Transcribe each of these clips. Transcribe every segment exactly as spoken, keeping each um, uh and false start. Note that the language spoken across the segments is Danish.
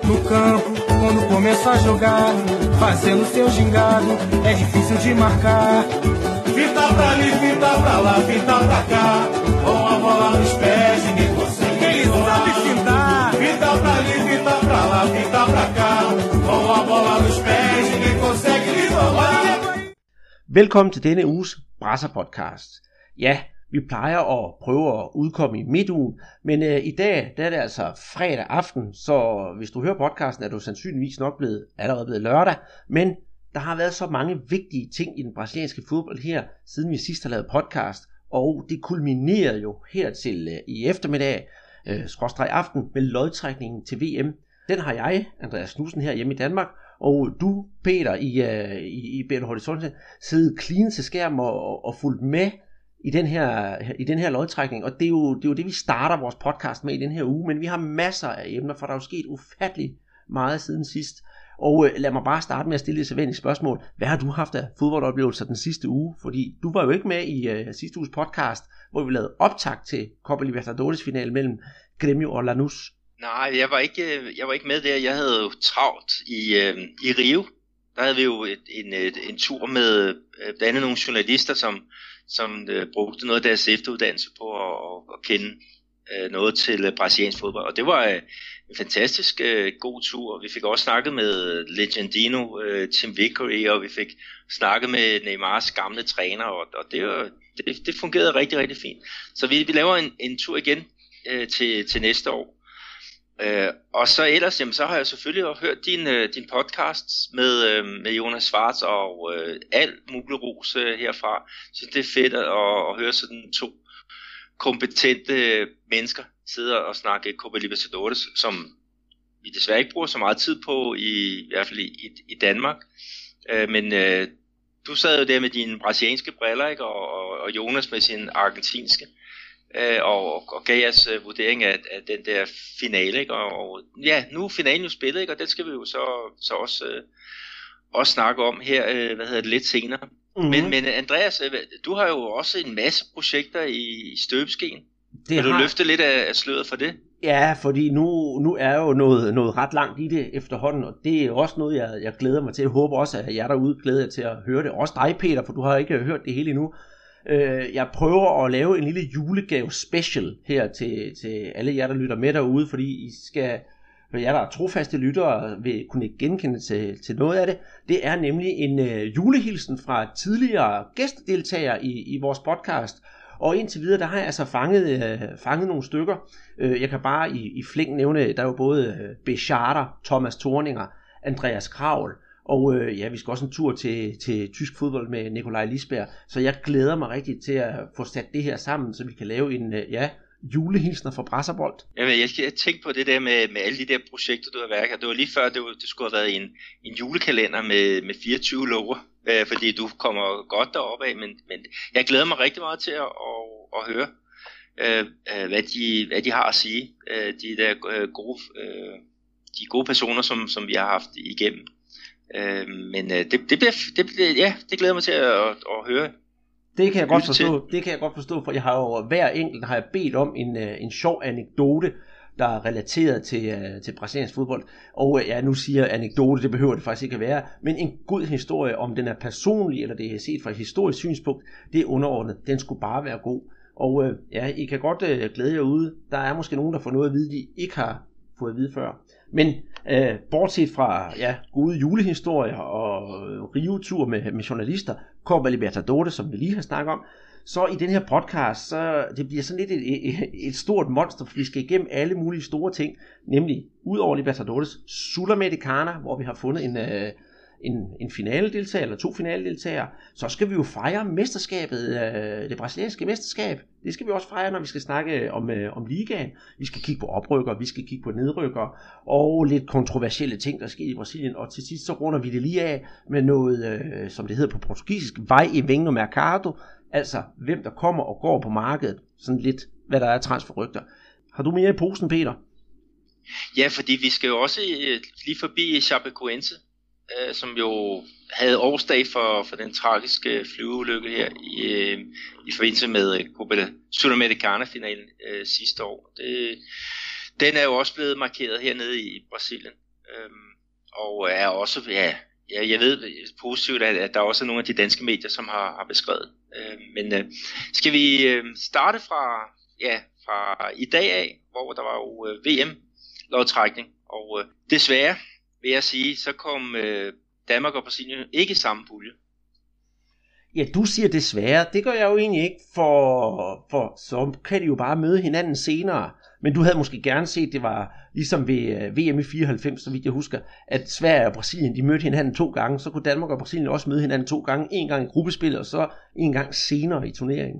No campo, quando começa a jogar, fazendo seu gingado, é difícil de marcar. Fita pra ali, fita pra lá, fita pra cá, com a bola nos pés, ninguém consegue. Ele sabe fintar. Fita pra ali, fita pra lá, fita pra cá, com a bola nos pés, ninguém consegue lhe roubar. Velkommen til denne uges Brasser podcast. Ja, vi plejer at prøve at udkomme i midtugen, men øh, i dag der er det altså fredag aften, så hvis du hører podcasten, er du sandsynligvis nok blevet, allerede blevet lørdag, men der har været så mange vigtige ting i den brasilianske fodbold her, siden vi sidst har lavet podcast, og det kulminerede jo her til øh, i eftermiddag, øh, skråstreg aften, med lodtrækningen til V M. Den har jeg, Andreas Knudsen, her hjemme i Danmark, og du, Peter, i, uh, i, i Belo Horizonte, sidder clean til skærm og, og, og fulgt med i den her, i den her lodtrækning. Og det er, jo, det er jo det, vi starter vores podcast med i den her uge, men vi har masser af emner, for der er jo sket ufattelig meget siden sidst. Og uh, lad mig bare starte med at stille et sædvanligt spørgsmål. Hvad har du haft af fodboldoplevelser den sidste uge? Fordi du var jo ikke med i uh, sidste uges podcast, hvor vi lavede optakt til Copa Libertadores finale mellem Grêmio og Lanús. Nej, jeg var ikke, jeg var ikke med der. Jeg havde jo travlt i, øh, i Rio. Der havde vi jo et, en, et, en tur med øh, blandt andet nogle journalister, som, som øh, brugte noget af deres efteruddannelse på at, at kende øh, noget til øh, brasiliansk fodbold. Og det var øh, en fantastisk øh, god tur. Vi fik også snakket med Legendino, øh, Tim Vickery, og vi fik snakket med Neymars gamle træner, og, og det, var, det, det fungerede rigtig, rigtig fint. Så vi, vi laver en, en tur igen øh, til, til næste år. Uh, og så ellers, jamen, så har jeg selvfølgelig hørt din, uh, din podcast med, uh, med Jonas Schwartz og uh, al mulig ros uh, herfra. Så det er fedt at, at høre sådan to kompetente mennesker sidde og snakke Copa Libertadores, som vi desværre ikke bruger så meget tid på, i, i hvert fald i, i Danmark. Uh, men uh, du sad jo der med dine brasilianske briller, ikke? Og, og, og Jonas med sin argentinske. Øh, og, og gav jeres øh, vurdering af, af den der finale, ikke? Og, og ja, nu er finalen jo spillet, ikke? Og den skal vi jo så, så også, øh, også snakke om her, øh, hvad hedder det, lidt senere. Mm-hmm. Men, men Andreas, øh, du har jo også en masse projekter i, i støbeskeen. Vil du har... løfte lidt af, af sløret for det? Ja, fordi nu, nu er jo noget, noget ret langt i det efterhånden, og det er også noget, jeg, jeg glæder mig til. Jeg håber også, at jer derude glæder jer til at høre det. Også dig, Peter, for du har ikke hørt det hele endnu. Jeg prøver at lave en lille julegave special her til, til alle jer, der lytter med derude, fordi I skal, for jer, der er trofaste lyttere, vil kunne genkende til, til noget af det. Det er nemlig en uh, julehilsen fra tidligere gæstdeltagere i, i vores podcast, og indtil videre, der har jeg altså fanget, uh, fanget nogle stykker. Uh, jeg kan bare i, i flæng nævne, der er jo både uh, Becharter, Thomas Thorninger, Andreas Kravl, og øh, ja, vi skal også en tur til, til tysk fodbold med Nikolaj Lisberg, så jeg glæder mig rigtig til at få sat det her sammen, så vi kan lave en øh, ja, julehilsner for Brasserbold. Jamen, jeg skal tænke på det der med, med alle de der projekter, du har værket. Det var lige før, det, var, det skulle have været en, en julekalender med, med fireogtyve lover, øh, fordi du kommer godt deroppe af, men, men jeg glæder mig rigtig meget til at, at, at høre, øh, hvad, de, hvad de har at sige. Øh, de der øh, gode, øh, de gode personer, som, som vi har haft igennem. Øh, men øh, det, det bliver, det bliver, ja, det glæder mig til at, at, at høre. Det kan jeg godt forstå. Det kan jeg godt forstå, for jeg har jo hver enkelt har jeg bedt om en en sjov anekdote, der er relateret til uh, til brasiliansk fodbold. Og ja, nu siger jeg anekdote, det behøver det faktisk ikke at være, men en god historie, om den er personlig eller det er set fra et historisk synspunkt, det er underordnet. Den skulle bare være god. Og uh, ja, I kan godt uh, glæde jer ude. Der er måske nogen, der får noget at vide, de ikke har fået at vide før. Men øh, bortset fra ja, gode julehistorier og Rio-tur med, med journalister, Copa Libertadores, som vi lige har snakket om, så i den her podcast, så det bliver sådan lidt et, et, et stort monster, for vi skal igennem alle mulige store ting, nemlig ud over Libertadores, Sudamericana, hvor vi har fundet en, øh, en, en finaledeltager, eller to finaledeltagere, så skal vi jo fejre mesterskabet, øh, det brasilianske mesterskab. Det skal vi også fejre, når vi skal snakke om, øh, om ligaen. Vi skal kigge på oprykker, vi skal kigge på nedrykker, og lidt kontroversielle ting, der sker i Brasilien. Og til sidst så runder vi det lige af med noget, øh, som det hedder på portugisisk, vai e vem no mercado, altså hvem der kommer og går på markedet, sådan lidt, hvad der er transferrygter. Har du mere i posen, Peter? Ja, fordi vi skal jo også lige forbi Chapecoense, øh, som jo havde årsdag for, for den tragiske flyveulykke her i, øh, i forbindelse med Copa Sudamericana-finalen øh, sidste år. Det, den er jo også blevet markeret hernede i Brasilien. øhm, og er også, ja, ja, jeg ved positivt, at, at der også er nogle af de danske medier, som har, har beskrevet. Øh, men øh, skal vi øh, starte fra, ja, fra i dag af, hvor der var jo øh, V M-lodtrækning, og øh, desværre vil jeg sige, så kom øh, Danmark og Brasilien ikke i samme pulje. Ja, du siger desværre. Det gør jeg jo egentlig ikke, for, for så kan de jo bare møde hinanden senere. Men du havde måske gerne set, det var ligesom ved V M i fireoghalvfems, så vidt jeg husker, at Sverige og Brasilien, de mødte hinanden to gange. Så kunne Danmark og Brasilien også møde hinanden to gange. En gang i gruppespillet, og så en gang senere i turneringen.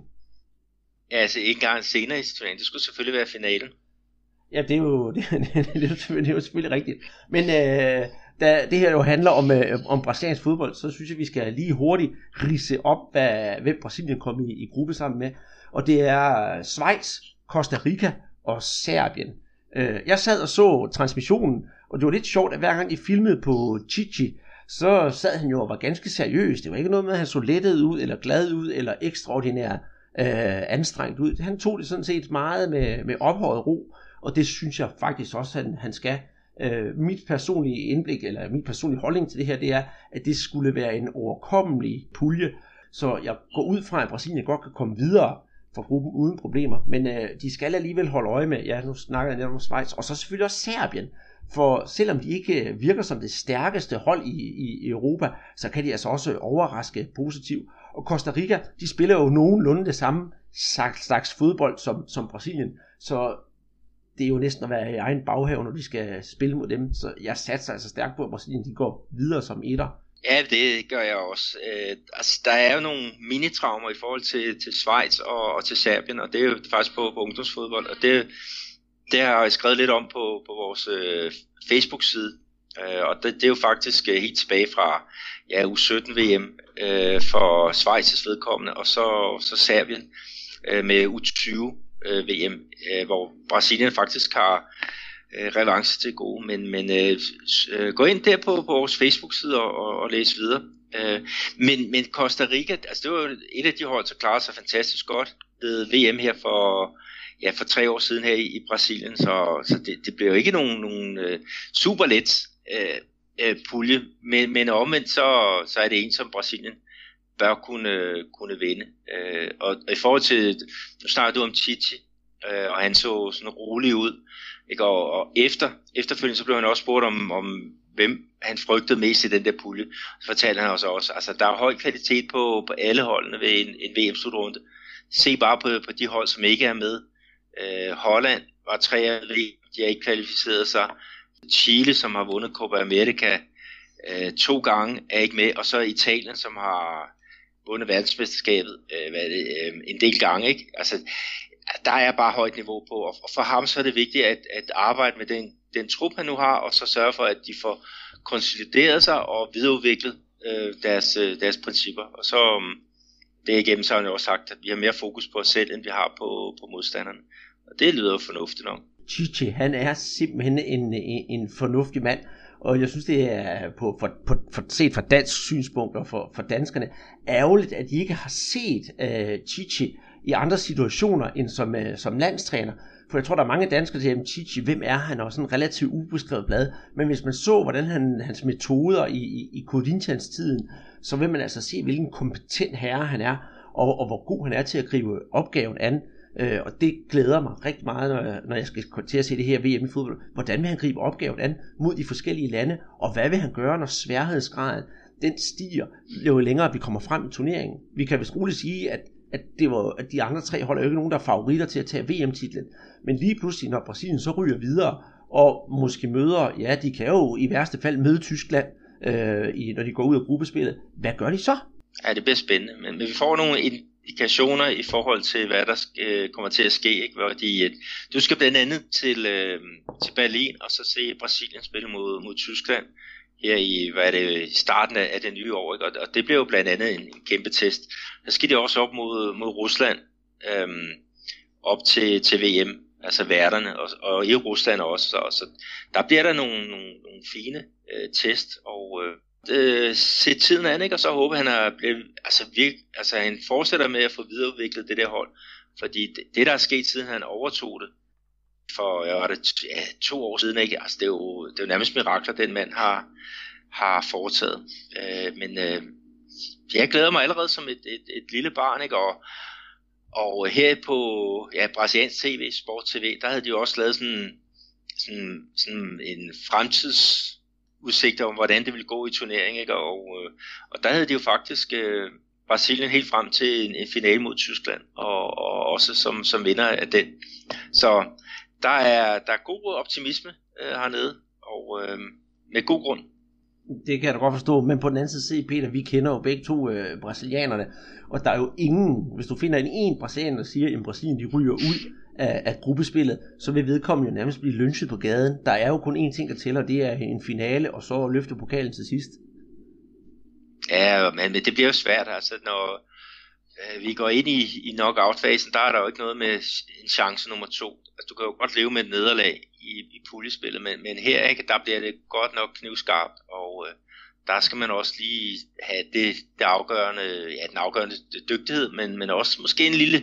Ja, altså en gang senere i turneringen. Det skulle selvfølgelig være finalen. Ja, det er jo, det, det, det, det, det er jo selvfølgelig rigtigt. Men øh, da det her jo handler om, øh, om brasiliansk fodbold, så synes jeg, vi skal lige hurtigt ridse op, hvad, hvem Brasilien kom i, i gruppe sammen med. Og det er Schweiz, Costa Rica og Serbien. Øh, jeg sad og så transmissionen, og det var lidt sjovt, at hver gang de filmede på Chichi, så sad han jo og var ganske seriøs. Det var ikke noget med, at han så lettet ud, eller glad ud, eller ekstraordinær øh, anstrengt ud. Han tog det sådan set meget med, med ophøjet ro, og det synes jeg faktisk også, at han, han skal. Øh, mit personlige indblik, eller mit personlige holdning til det her, det er, at det skulle være en overkommelig pulje, så jeg går ud fra, at Brasilien godt kan komme videre fra gruppen uden problemer, men øh, de skal alligevel holde øje med, ja, nu snakker jeg netop om Schweiz, og så selvfølgelig også Serbien, for selvom de ikke virker som det stærkeste hold i, i Europa, så kan de altså også overraske positivt. Og Costa Rica, de spiller jo nogenlunde det samme slags fodbold som, som Brasilien, så det er jo næsten at være i egen baghave, når de skal spille mod dem. Så jeg satser altså stærkt på, at Brasilien de går videre som etter. Ja, det gør jeg også. Øh, altså, der er jo nogle minitraumer i forhold til, til Schweiz og, og til Serbien, og det er jo faktisk på, på ungdomsfodbold. Og det, det har jeg skrevet lidt om på, på vores øh, Facebook-side. Øh, og det, det er jo faktisk øh, helt tilbage fra ja, U sytten V M øh, for Schweiz' vedkommende, og så, så Serbien øh, med U tyve V M, øh, hvor Brasilien faktisk har øh, revanche til gode, men, men øh, gå ind der på, på vores Facebook-side og, og, og læs videre. Øh, men, men Costa Rica, altså det var jo et af de hold, der klarede sig fantastisk godt ved V M her for, ja, for tre år siden her i, i Brasilien, så, så det, det blev jo ikke nogen, nogen øh, super let øh, øh, pulje, men, men omvendt så, så er det en som Brasilien bør kunne, kunne vinde. Øh, og i forhold til, nu snakker du om Chichi, øh, og han så sådan rolig ud, ikke? Og, og efter, efterfølgende så blev han også spurgt om, om, hvem han frygtede mest i den der pulje. Så fortalte han også også, altså der er høj kvalitet på, på alle holdene ved en, en V M-slutrunde. Se bare på, på de hold, som ikke er med. Øh, Holland var tre af V M, de har ikke kvalificeret sig. Chile, som har vundet Copa America øh, to gange, er ikke med. Og så Italien, som har vundet verdensmesterskabet øh, hvad er det, øh, en del gange, ikke? Altså, der er bare højt niveau på, og for ham så er det vigtigt at, at arbejde med den, den trup, han nu har, og så sørge for, at de får konsolideret sig og videreudviklet øh, deres, øh, deres principper. Og så um, derigennem så har han jo også sagt, at vi har mere fokus på os selv, end vi har på, på modstanderne. Og det lyder jo fornuftigt nok. Chichi, han er simpelthen en, en, en fornuftig mand, og jeg synes, det er på, for, på, for, set fra dansk synspunkt og for, for danskerne ærgerligt, at de ikke har set uh, Chichi i andre situationer end som, uh, som landstræner. For jeg tror, der er mange danskere, der siger, Chichi, hvem er han? Og sådan en relativt ubeskrevet blad. Men hvis man så, hvordan han, hans metoder i, i, i Corinthians-tiden, så vil man altså se, hvilken kompetent herre han er, og, og hvor god han er til at gribe opgaven an. Øh, og det glæder mig rigtig meget, når jeg, når jeg skal til at se det her V M i fodbold. Hvordan vil han gribe opgaven an mod de forskellige lande, og hvad vil han gøre, når sværhedsgraden den stiger, jo længere vi kommer frem i turneringen. Vi kan vist roligt sige, at, at, det var, at de andre tre hold er jo ikke nogen, der er favoritter til at tage V M-titlen. Men lige pludselig, når Brasilien så ryger videre, og måske møder, ja, de kan jo i værste fald møde Tyskland, øh, i, når de går ud af gruppespillet. Hvad gør de så? Ja, det bliver spændende, men, men vi får nogle indikationer i forhold til, hvad der øh, kommer til at ske, ikke? Hvor de, øh, du skal blandt andet til, øh, til Berlin, og så se Brasilien spille mod, mod Tyskland her i, hvad er det, starten af, af det nye år, ikke? Og, og det bliver jo blandt andet en, en kæmpe test. Der skal de også op mod, mod Rusland, øh, op til, til V M, altså værterne, og, og i Rusland også, så, så der bliver der nogle, nogle, nogle fine øh, test, og øh, Øh, se tiden an, ikke? Og så håber han at blive, altså, virke, altså han fortsætter med at få videreudviklet det der hold, fordi det, det der er sket siden han overtog det for jeg var det ja, to år siden, ikke? Altså, det er jo, det er jo nærmest mirakler, den mand har, har foretaget. Øh, men øh, jeg glæder mig allerede som et, et, et lille barn, ikke? Og, og her på ja, brasiliansk tv, Sport T V, der havde de jo også lavet sådan, sådan, sådan en fremtidsudsigt om, hvordan det ville gå i turneringen, ikke? Og, og der havde de jo faktisk øh, Brasilien helt frem til en, en finale mod Tyskland, og, og også som, som vinder af den. Så der er, der er god optimisme øh, hernede, og øh, med god grund. Det kan jeg da godt forstå, men på den anden side, Peter, vi kender jo begge to øh, brasilianerne, og der er jo ingen, hvis du finder en en brasilianer, der siger, at Brasilien de ryger ud af, af gruppespillet, så vil vedkommende jo nærmest blive lynchet på gaden. Der er jo kun én ting, der tæller, det er en finale, og så løfte pokalen til sidst. Ja, men det bliver jo svært, altså når øh, vi går ind i, i knockout-fasen, der er der jo ikke noget med en chance nummer to. Altså, du kan jo godt leve med et nederlag i, i puljespillet, men, men her ikke, der bliver det godt nok knivskarpt, og øh, der skal man også lige have det, det afgørende, ja, den afgørende dygtighed, men, men også måske en lille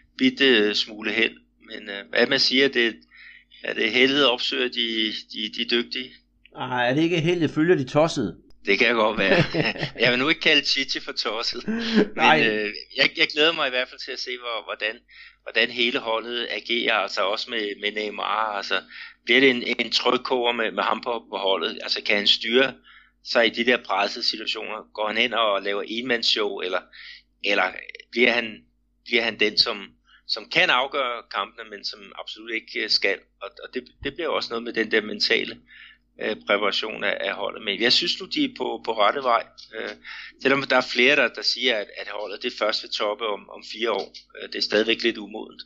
bitte smule held. Men øh, hvad man siger, det, er det heldet opsøger de, de, de dygtige? Ej, er det ikke heldet følger de tossede? Det kan godt være. Jeg vil nu ikke kalde Tite for tosset, men øh, jeg, jeg glæder mig i hvert fald til at se, hvor, hvordan, hvordan hele holdet agerer, altså også med, med Neymar. Altså, bliver det en, en trykkoger med, med ham på, på holdet? Altså, kan han styre sig i de der pressede situationer? Går han ind og laver enmandsshow, eller, eller bliver, han, bliver han den, som, som kan afgøre kampene, men som absolut ikke skal? Og, og det, det bliver også noget med den der mentale præparation af, af holdet, men jeg synes nu de er på, på rette vej. Øh, selvom der er flere der, der siger at, at holdet det først vil toppe om, om fire år. Øh, det er stadigvæk lidt umodent,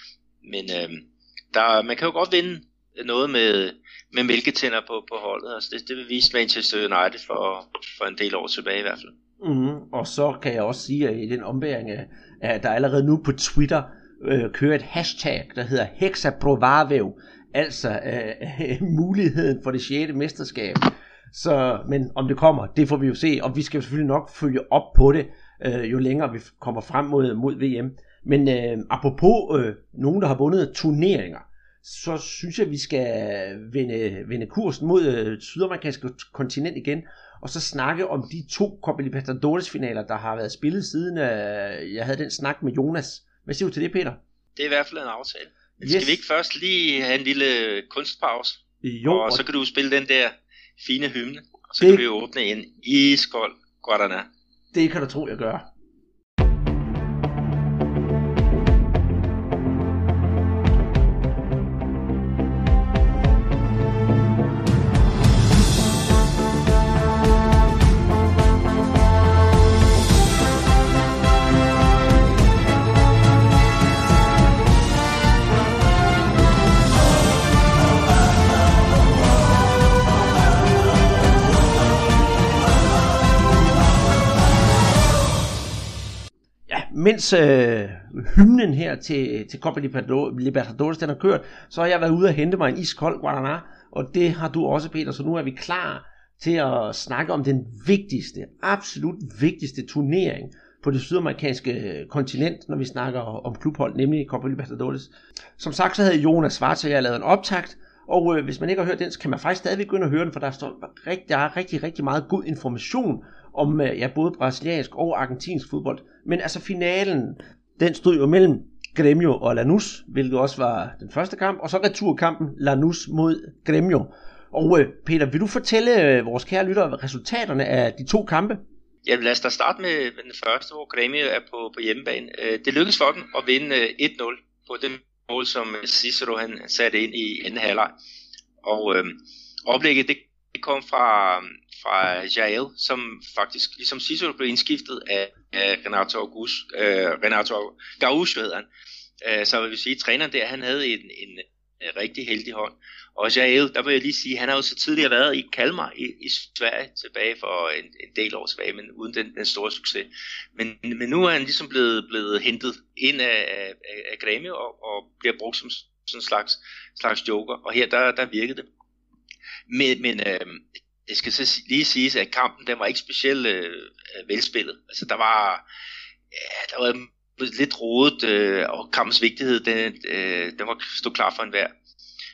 men øh, der, man kan jo godt vinde noget med, med mælketænder på, på holdet. Altså det, det vil vise Manchester United for, for en del år tilbage i hvert fald. Mm-hmm. Og så kan jeg også sige at i den ombæring at der allerede nu på Twitter øh, kører et hashtag der hedder Hexaprovavel, altså øh, muligheden for det sjette mesterskab. Så, men om det kommer, det får vi jo se, og vi skal selvfølgelig nok følge op på det, øh, jo længere vi kommer frem mod, mod V M. Men øh, apropos øh, nogen, der har vundet turneringer, så synes jeg, vi skal vende, vende kursen mod øh, sydamerikanske kontinent igen, og så snakke om de to Copa Libertadores-finaler, der har været spillet siden øh, jeg havde den snak med Jonas. Hvad siger du til det, Peter? Det er i hvert fald en aftale. Yes. Skal vi ikke først lige have en lille kunstpause? Jo, og så kan du spille den der fine hymne, og så det... kan vi åbne en iskold Guaraná. Det kan du tro, jeg gør. Mens øh, hymnen her til, til Copa Libertadores den har kørt, så har jeg været ude og hente mig en iskold Guaraná, og det har du også, Peter, så nu er vi klar til at snakke om den vigtigste, absolut vigtigste turnering på det sydamerikanske kontinent, når vi snakker om klubhold, nemlig Copa Libertadores. Som sagt, så havde Jonas Svarts og jeg lavet en optakt, og øh, hvis man ikke har hørt den, så kan man faktisk stadigvæk begynde at høre den, for der, står rigtig, der er rigtig, rigtig meget god information om ja, både brasiliansk og argentinsk fodbold. Men altså finalen, den stod jo mellem Grêmio og Lanús, hvilket også var den første kamp, og så returkampen Lanús mod Grêmio. Og øh, Peter, vil du fortælle øh, vores kære lyttere resultaterne af de to kampe? Ja, lad os da starte med, med den første, hvor Grêmio er på, på hjemmebane. Det lykkedes for dem at vinde et nul på den mål, som Cicero han satte ind i anden halvleg. Og øh, oplægget, det Det kom fra, fra Jael, som faktisk, ligesom Cicero, blev indskiftet af, af Renato Augusto, øh, Renato Gaúcho, hedder han. Øh, så vil vi sige, at træneren der, han havde en, en, en rigtig heldig hånd. Og Jael, der vil jeg lige sige, han har jo så tidligere været i Kalmar i, i Sverige tilbage for en, en del år tilbage, men uden den, den store succes. Men, men nu er han ligesom blevet, blevet hentet ind af, af, af Grêmio og, og bliver brugt som sådan en slags, slags joker. Og her, der, der virkede det. Men, men øh, det skal så lige siges, at kampen den var ikke specielt øh, velspillet. Altså der var, ja, der var lidt rodet, øh, og kampens vigtighed, den, øh, den var stod klar for enhver.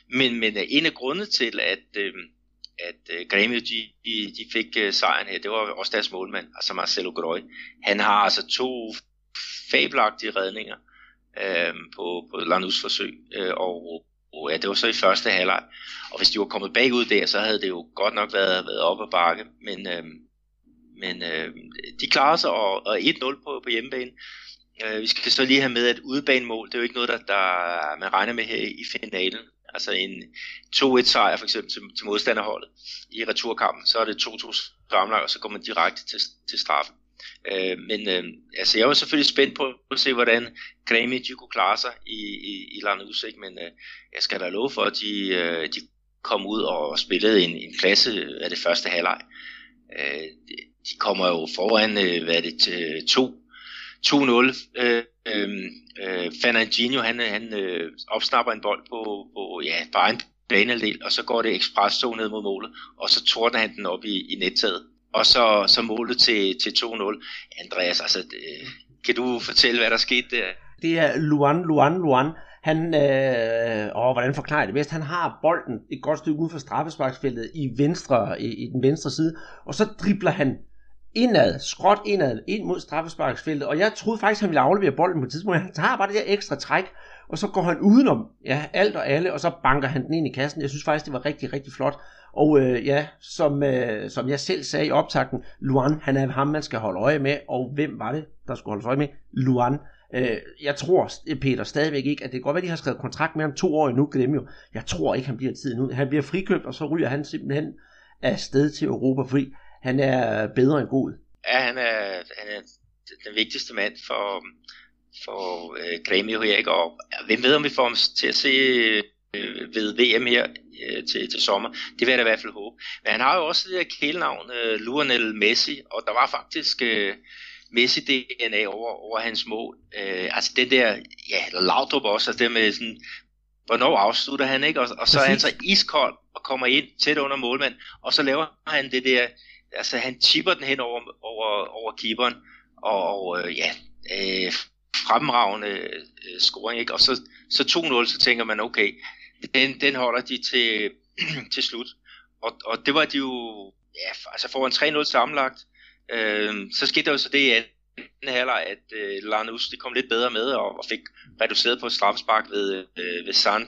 Men, men en af grundene til, at, øh, at øh, Grêmio de, de, de fik øh, sejren her, det var også deres målmand, altså Marcelo Groy. Han har altså to fabelagtige redninger øh, på, på Lanús forsøg, øh, og, og ja, det var så i første halvleg. Og hvis de var kommet bagud der, så havde det jo godt nok været, været op ad bakke, men, øh, men øh, de klarede sig, og, og et nul på, på hjemmebane. Øh, vi skal så lige have med, at udebanemål, det er jo ikke noget, der, der man regner med her i finalen. Altså en to et sejr for eksempel til, til modstanderholdet i returkampen, så er det to to sammenlagt, og så går man direkte til, til straffen. Øh, men øh, altså jeg var selvfølgelig spændt på at se, hvordan Grêmio de kunne klare sig i, i, i Lanús, ikke? Men øh, jeg skal da love for, at de, øh, de kom ud og spillede en, en klasse af det første halvleg. Øh, de, de kommer jo foran, øh, hvad er det, til to nul. Øh, øh, øh, Fernandinho, han, han øh, opsnapper en bold på, på ja, bare en banehalvdel, og så går det ekspres ned mod målet, og så tordner han den op i, i nettaget. Og så, så målet til, til to nul. Andreas, altså, øh, kan du fortælle, hvad der skete der? Det er Luan, Luan, Luan. Han, øh, åh, hvordan forklarer jeg det bedst? Han har bolden et godt stykke uden for straffesparksfeltet i, venstre, i, i den venstre side, og så dribler han indad, skråt indad, ind mod straffesparksfeltet, og jeg troede faktisk, han ville aflevere bolden på et tidspunkt. Han tager bare det der ekstra træk, og så går han udenom, ja, alt og alle, og så banker han den ind i kassen. Jeg synes faktisk, det var rigtig, rigtig flot. Og øh, ja, som, øh, som jeg selv sagde i optakten, Luan, han er ham, man skal holde øje med, og hvem var det, der skulle holde øje med? Luan. Øh, jeg tror, Peter, stadigvæk ikke, at det kan godt være, de har skrevet kontrakt med ham to år endnu, Grêmio. Jeg tror ikke, han bliver tiden ud. Han bliver frikøbt, og så ryger han simpelthen afsted til Europa, fordi han er bedre end god. Ja, han er, han er den vigtigste mand for, for øh, Grêmio her, ikke? Og hvem ved, om vi får ham til at se øh, ved V M her øh, til, til sommer. Det vil jeg da i hvert fald håbe. Men han har jo også det der kælenavn, øh, Lionel Messi, og der var faktisk øh, Messi-D N A over, over hans mål. Øh, altså den der, ja, Laudrup også, altså det med sådan, hvornår afslutter han, ikke? Og, og så er han så iskold og kommer ind tæt under målmand, og så laver han det der, altså han chipper den hen over, over, over keeperen, og, og øh, ja, øh, fremragende øh, scoring, ikke? Og så, så to nul, så tænker man, okay, den, den holder de til, til slut. Og, og det var de jo, ja, altså foran tre nul sammenlagt. Øh, så skete der jo så det i anden halvleg, at øh, Lanús, de kom lidt bedre med, og, og fik reduceret på et straffespark ved, øh, ved Sant.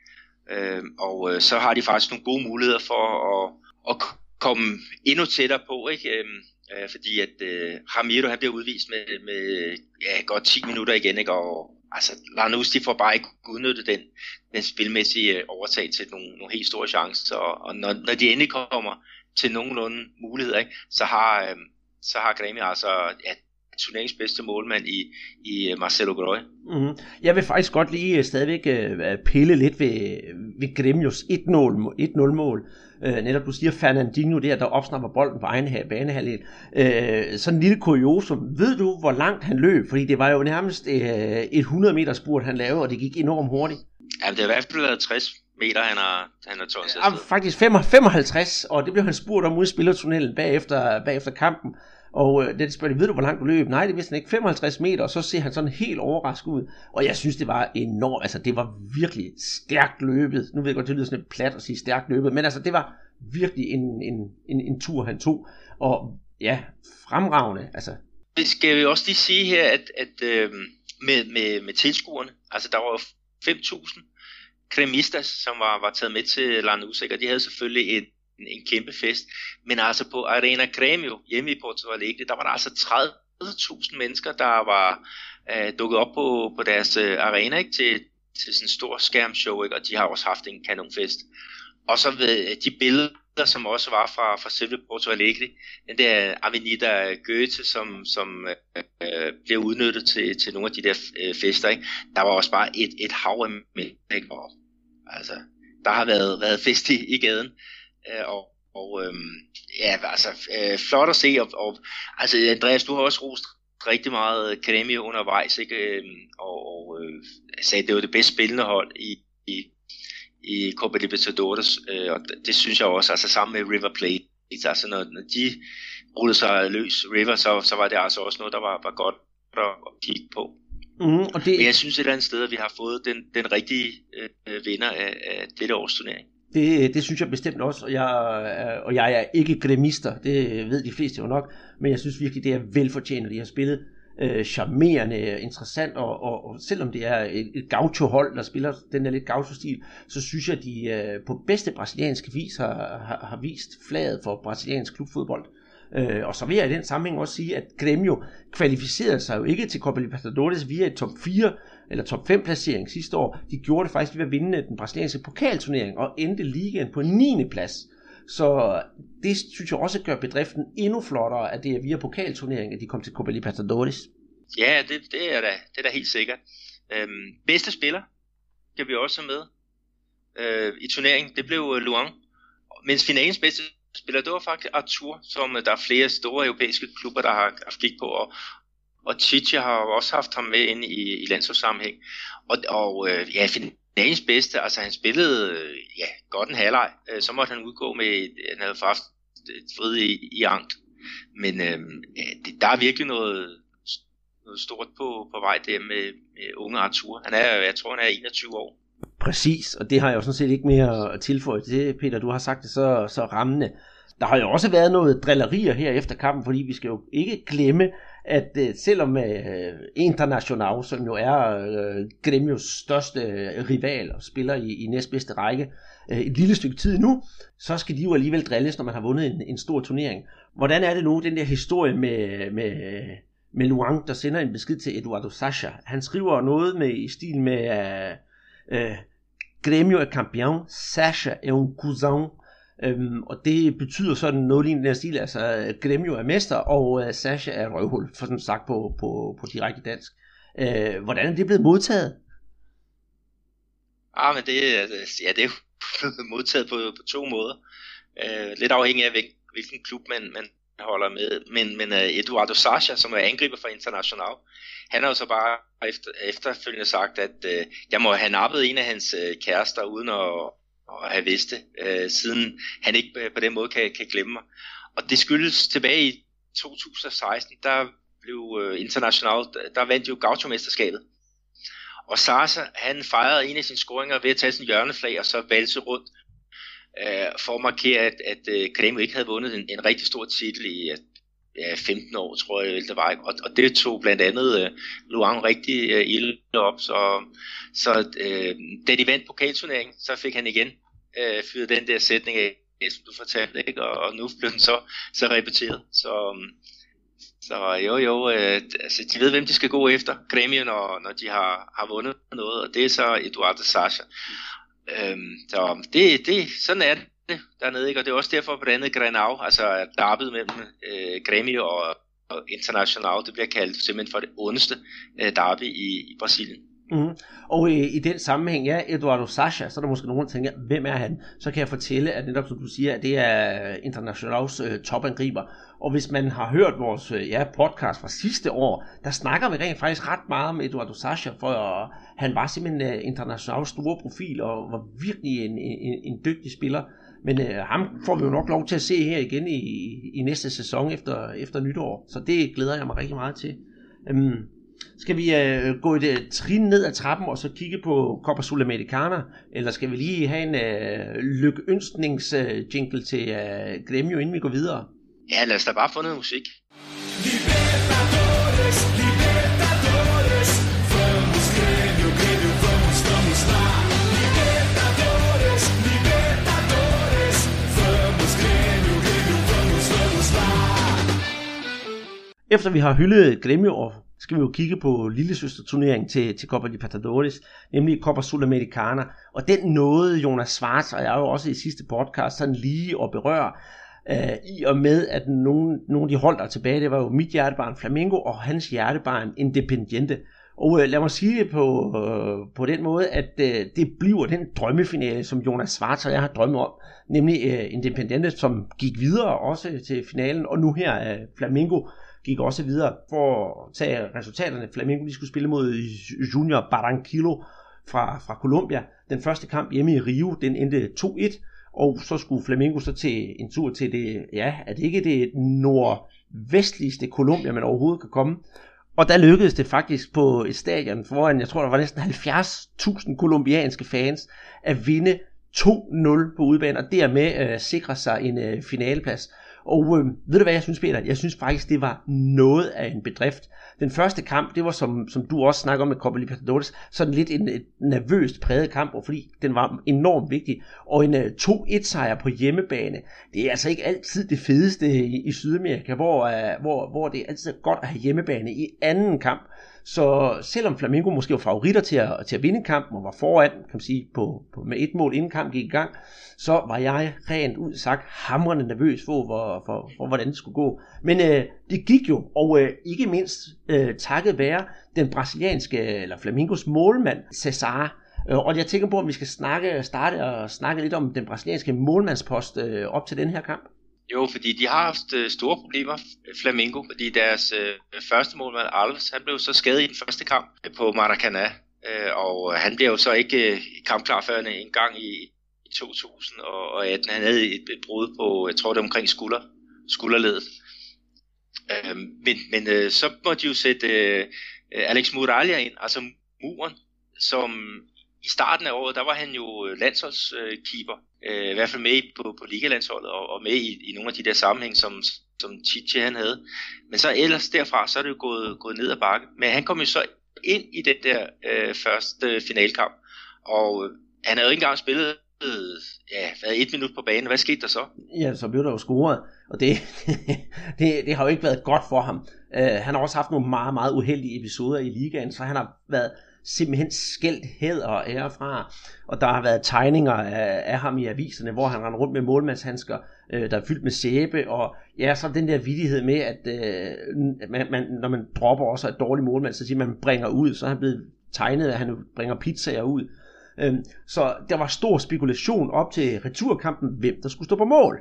Øh, og øh, så har de faktisk nogle gode muligheder for at, at komme endnu tættere på, ikke? Øh, øh, fordi at øh, Ramiro, han bliver udvist med, med ja, godt ti minutter igen, ikke? Og altså, Lanús, de får bare ikke udnyttet den, den spilmæssige overtag til nogle, nogle helt store chancer, og, og når, når de endelig kommer til nogenlunde muligheder, ikke? Så har, øh, så har Grêmio altså ja, turneringens bedste målmand i, i Marcelo Groy. Mm-hmm. Jeg vil faktisk godt lige stadigvæk uh, pille lidt ved, ved Grêmios et nul mål. Uh, netop du siger Fernandinho der, der opsnapper bolden på egen banehalvdel. Uh, sådan en lille kuriosum. Ved du, hvor langt han løb? Fordi det var jo nærmest uh, et hundrede meter spurt, han lavede, og det gik enormt hurtigt. Ja, det har i hvert fald været tres meter, han har, han har tåret ja, faktisk femoghalvtreds, og det blev han spurgt om ude i spillertunnelen bagefter, bagefter kampen. Og øh, den spørger, ved du, hvor langt du løb? Nej, det vidste han ikke. femoghalvtreds meter, og så ser han sådan helt overrasket ud. Og jeg synes, det var enormt, altså det var virkelig stærkt løbet. Nu ved jeg godt, det lyder sådan lidt plat at sige stærkt løbet, men altså det var virkelig en, en, en, en tur, han tog. Og ja, fremragende, altså. Det skal vi også lige sige her, at, at øh, med, med, med tilskuerne, altså der var fem tusind cremistas, som var, var taget med til Lanús, og de havde selvfølgelig et En, en kæmpe fest, men altså på Arena Grêmio hjemme i Porto Alegre, der var der altså tredive tusind mennesker, der var øh, dukket op på, på deres øh, arena, ikke, til, til sådan en stor skærmshow, ikke, og de har også haft en kanonfest. Og så ved de billeder, som også var fra, fra selve Porto Alegre, den der Avenida Goethe, som, som øh, bliver udnyttet til, til nogle af de der øh, fester, ikke, der var også bare et, et hav af med, ikke, og altså, der har været, været fest i, i gaden. Uh, og, og øhm, ja, altså øh, flot at se, og, og altså Andreas, du har også rost rigtig meget Grêmio undervejs, ikke? Og, og øh, sagde, at det var det bedst spillende hold i, i, i Copa Libertadores, øh, og det synes jeg også, altså sammen med River Plate, altså når, når de rullede sig løs River, så, så var det altså også noget, der var, var godt at, at kigge på. Mm, og det... Men jeg synes et eller andet sted, at vi har fået den, den rigtige øh, vinder af, af dette års turnering. Det, det synes jeg bestemt også, og jeg, og jeg er ikke gremister, det ved de fleste jo nok, men jeg synes virkelig, det er velfortjent, at de har spillet øh, charmerende, interessant, og, og, og selvom det er et, et gaucho-hold, der spiller den der lidt gaucho-stil, så synes jeg, at de øh, på bedste brasilianske vis har, har, har vist flaget for brasiliansk klubfodbold. Øh, og så vil jeg i den sammenhæng også sige, at Grêmio kvalificerede sig jo ikke til Copa Libertadores via et top fire eller top fem placering sidste år. De gjorde det faktisk ved at vinde den brasilianske pokalturnering og endte ligaen på niende plads. Så det synes jeg også gør bedriften endnu flottere, at det er via pokalturneringen, at de kom til Copa Libertadores. Ja, det, det, er, da, det er da helt sikkert. Øhm, bedste spiller kan vi også have med øh, i turneringen. Det blev Luan. Mens finalens bedste spiller, det var faktisk Arthur, som der er flere store europæiske klubber, der har haft kig på, og, og Chicha har også haft ham med ind i, i landsholdssammenhæng. Og, og øh, ja, finalens bedste, altså han spillede øh, ja, godt en halvleg, øh, så måtte han udgå med, et, han havde haft et frid i, i ankt. Men øh, det, der er virkelig noget, noget stort på, på vej der med, med unge Arthur. Han er, jeg tror han er enogtyve år. Præcis, og det har jeg jo sådan set ikke mere at tilføje til det, Peter. Du har sagt det så, så rammende. Der har jo også været noget drillerier her efter kampen, fordi vi skal jo ikke glemme, at uh, selvom uh, Internacional, som jo er uh, Grêmios største uh, rival og spiller i, i næstbedste række uh, et lille stykke tid nu, så skal de jo alligevel drilles, når man har vundet en, en stor turnering. Hvordan er det nu, den der historie med, med, med Luan, der sender en besked til Eduardo Sacha? Han skriver noget med i stil med uh, uh, Grêmio er campeão, Sacha er un cuzão. Øhm, og det betyder sådan noget i den der stil, altså Grêmio er mester, og uh, Sacha er røvhul, for sådan sagt på, på, på direkte dansk. Øh, hvordan er det blevet modtaget? Ah, men det, ja, det er blevet modtaget på, på to måder. Øh, lidt afhængig af hvilken klub man, man holder med. Men, men uh, Eduardo Sacha, som er angriber for Internacional, han har jo så bare efter, efterfølgende sagt, at uh, jeg må have nappet en af hans uh, kærester uden at og have vidst det, øh, siden han ikke på den måde kan, kan glemme mig. Og det skyldes tilbage i to tusind og seksten, der blev øh, Internacional, der vandt jo Gaucho-mesterskabet. Og Sarsa, han fejrede en af sine scoringer ved at tage sin hjørneflag og så valse rundt, øh, for at markere, at, at øh, Grêmio ikke havde vundet en, en rigtig stor titel i ja, femten år, tror jeg, det var. Og, og det tog blandt andet øh, Luan rigtig øh, ilde op, så, så øh, da de vandt pokalturneringen, så fik han igen øh, fyret den der sætning af, som du fortalte, ikke? Og, og nu blev den så, så repeteret. Så, så jo, jo, øh, altså, de ved, hvem de skal gå efter, Grêmio, når, når de har, har vundet noget, og det er så Eduardo Sacha. Øh, så det, det, sådan er det dernede, ikke? Og det er også derfor blandt andet Grenau, altså derbyet mellem øh, Grêmio og, og Internacional, det bliver kaldt simpelthen for det ondeste øh, derby i, i Brasilien. Mm. Og i, i den sammenhæng, ja, Eduardo Sacha, så er der måske nogen, der tænker, hvem er han? Så kan jeg fortælle, at netop som du siger, at det er Internationals øh, topangriber. Og hvis man har hørt vores øh, ja, podcast fra sidste år, der snakker vi rent faktisk ret meget om Eduardo Sacha, for øh, han var simpelthen øh, Internationals store profil, og var virkelig en, en, en dygtig spiller. Men øh, ham får vi jo nok lov til at se her igen i, i næste sæson efter, efter nytår, så det glæder jeg mig rigtig meget til. Øhm, skal vi øh, gå et øh, trin ned ad trappen og så kigge på Copa Sul-Americana, eller skal vi lige have en øh, lykønskningsjingle øh, til øh, Grêmio, inden vi går videre? Ja, lad os da bare få noget musik. Libertadores, Libertadores, vamos Grêmio, Grêmio, vamos, vamos lá. Libertadores, Libertadores, vamos Grêmio, Grêmio, vamos, vamos lá. Efter vi har hyldet Grêmio, og skal vi jo kigge på lillesøsterturneringen til, til Copa Libertadores, nemlig Copa Sul-Americana, og den nåede Jonas Schwartz, og jeg er jo også i sidste podcast sådan lige at berøre, øh, i og med, at nogle, nogle af de hold der tilbage, det var jo mit hjertebarn Flamengo, og hans hjertebarn Independiente. Og øh, lad mig sige det på, øh, på den måde, at øh, det bliver den drømmefinale, som Jonas Schwartz og jeg har drømmet om, nemlig øh, Independiente, som gik videre også til finalen, og nu her øh, Flamengo gik også videre for at tage resultaterne. Flamengo, de skulle spille mod Junior Barranquilla fra, fra Colombia. Den første kamp hjemme i Rio, den endte to et, og så skulle Flamengo så til en tur til det, ja, er det ikke det nordvestligste Colombia, man overhovedet kan komme. Og der lykkedes det faktisk på et stadion foran, jeg tror der var næsten halvfjerds tusind kolumbianske fans, at vinde to nul på udebane, og dermed øh, sikre sig en øh, finaleplads. Og øh, ved du hvad jeg synes, Peter? Jeg synes faktisk, det var noget af en bedrift. Den første kamp, det var som, som du også snakker om med Copa Libertadores, sådan lidt en et nervøst præget kamp, og fordi den var enormt vigtig. Og en uh, to et sejr på hjemmebane, det er altså ikke altid det fedeste i, i Sydamerika, hvor, uh, hvor, hvor det er altid godt at have hjemmebane i anden kamp. Så selvom Flamengo måske var favoritter til at, til at vinde kampen, og var foran, kan man sige, på, på, med et mål inden kampen gik i gang, så var jeg rent ud sagt hamrende nervøs for, for, for, for hvordan det skulle gå. Men øh, det gik jo, og øh, ikke mindst øh, takket være den brasilianske, eller Flamingos målmand, Cesar. Øh, og jeg tænker på, om vi skal snakke, starte og snakke lidt om den brasilianske målmandspost øh, op til den her kamp. Jo, fordi de har haft øh, store problemer, Flamengo, fordi deres øh, første målmand, Alves, han blev så skadet i den første kamp øh, på Maracanã, øh, og han blev jo så ikke øh, kampklar før en gang i, i to tusind og atten. Han havde et, et brud på, jeg tror det er omkring skulder, skulderledet. Øh, men men øh, så må de jo sætte øh, Alex Muralha ind, altså muren, som i starten af året, der var han jo landsholdskeeper, øh, i hvert fald med på, på ligalandsholdet og, og med i, i nogle af de der sammenhæng, som, som Tite han havde. Men så ellers derfra, så er det jo gået, gået ned ad bakke. Men han kom jo så ind i den der øh, første finalkamp, og han havde jo ikke engang spillet øh, ja, hvad, et minut på banen. Hvad skete der så? Ja, så blev der jo scoret, og det, det, det har jo ikke været godt for ham. Uh, han har også haft nogle meget, meget uheldige episoder i ligaen, så han har været simpelthen skældt hæder og ære fra, og der har været tegninger af, af ham i aviserne, hvor han render rundt med målmandshandsker, øh, der er fyldt med sæbe, og ja, så den der vittighed med, at øh, man, man, når man dropper også et dårligt målmand, så siger man, man bringer ud, så er han blevet tegnet, at han bringer pizzaer ud. Øh, så der var stor spekulation op til returkampen, hvem der skulle stå på mål.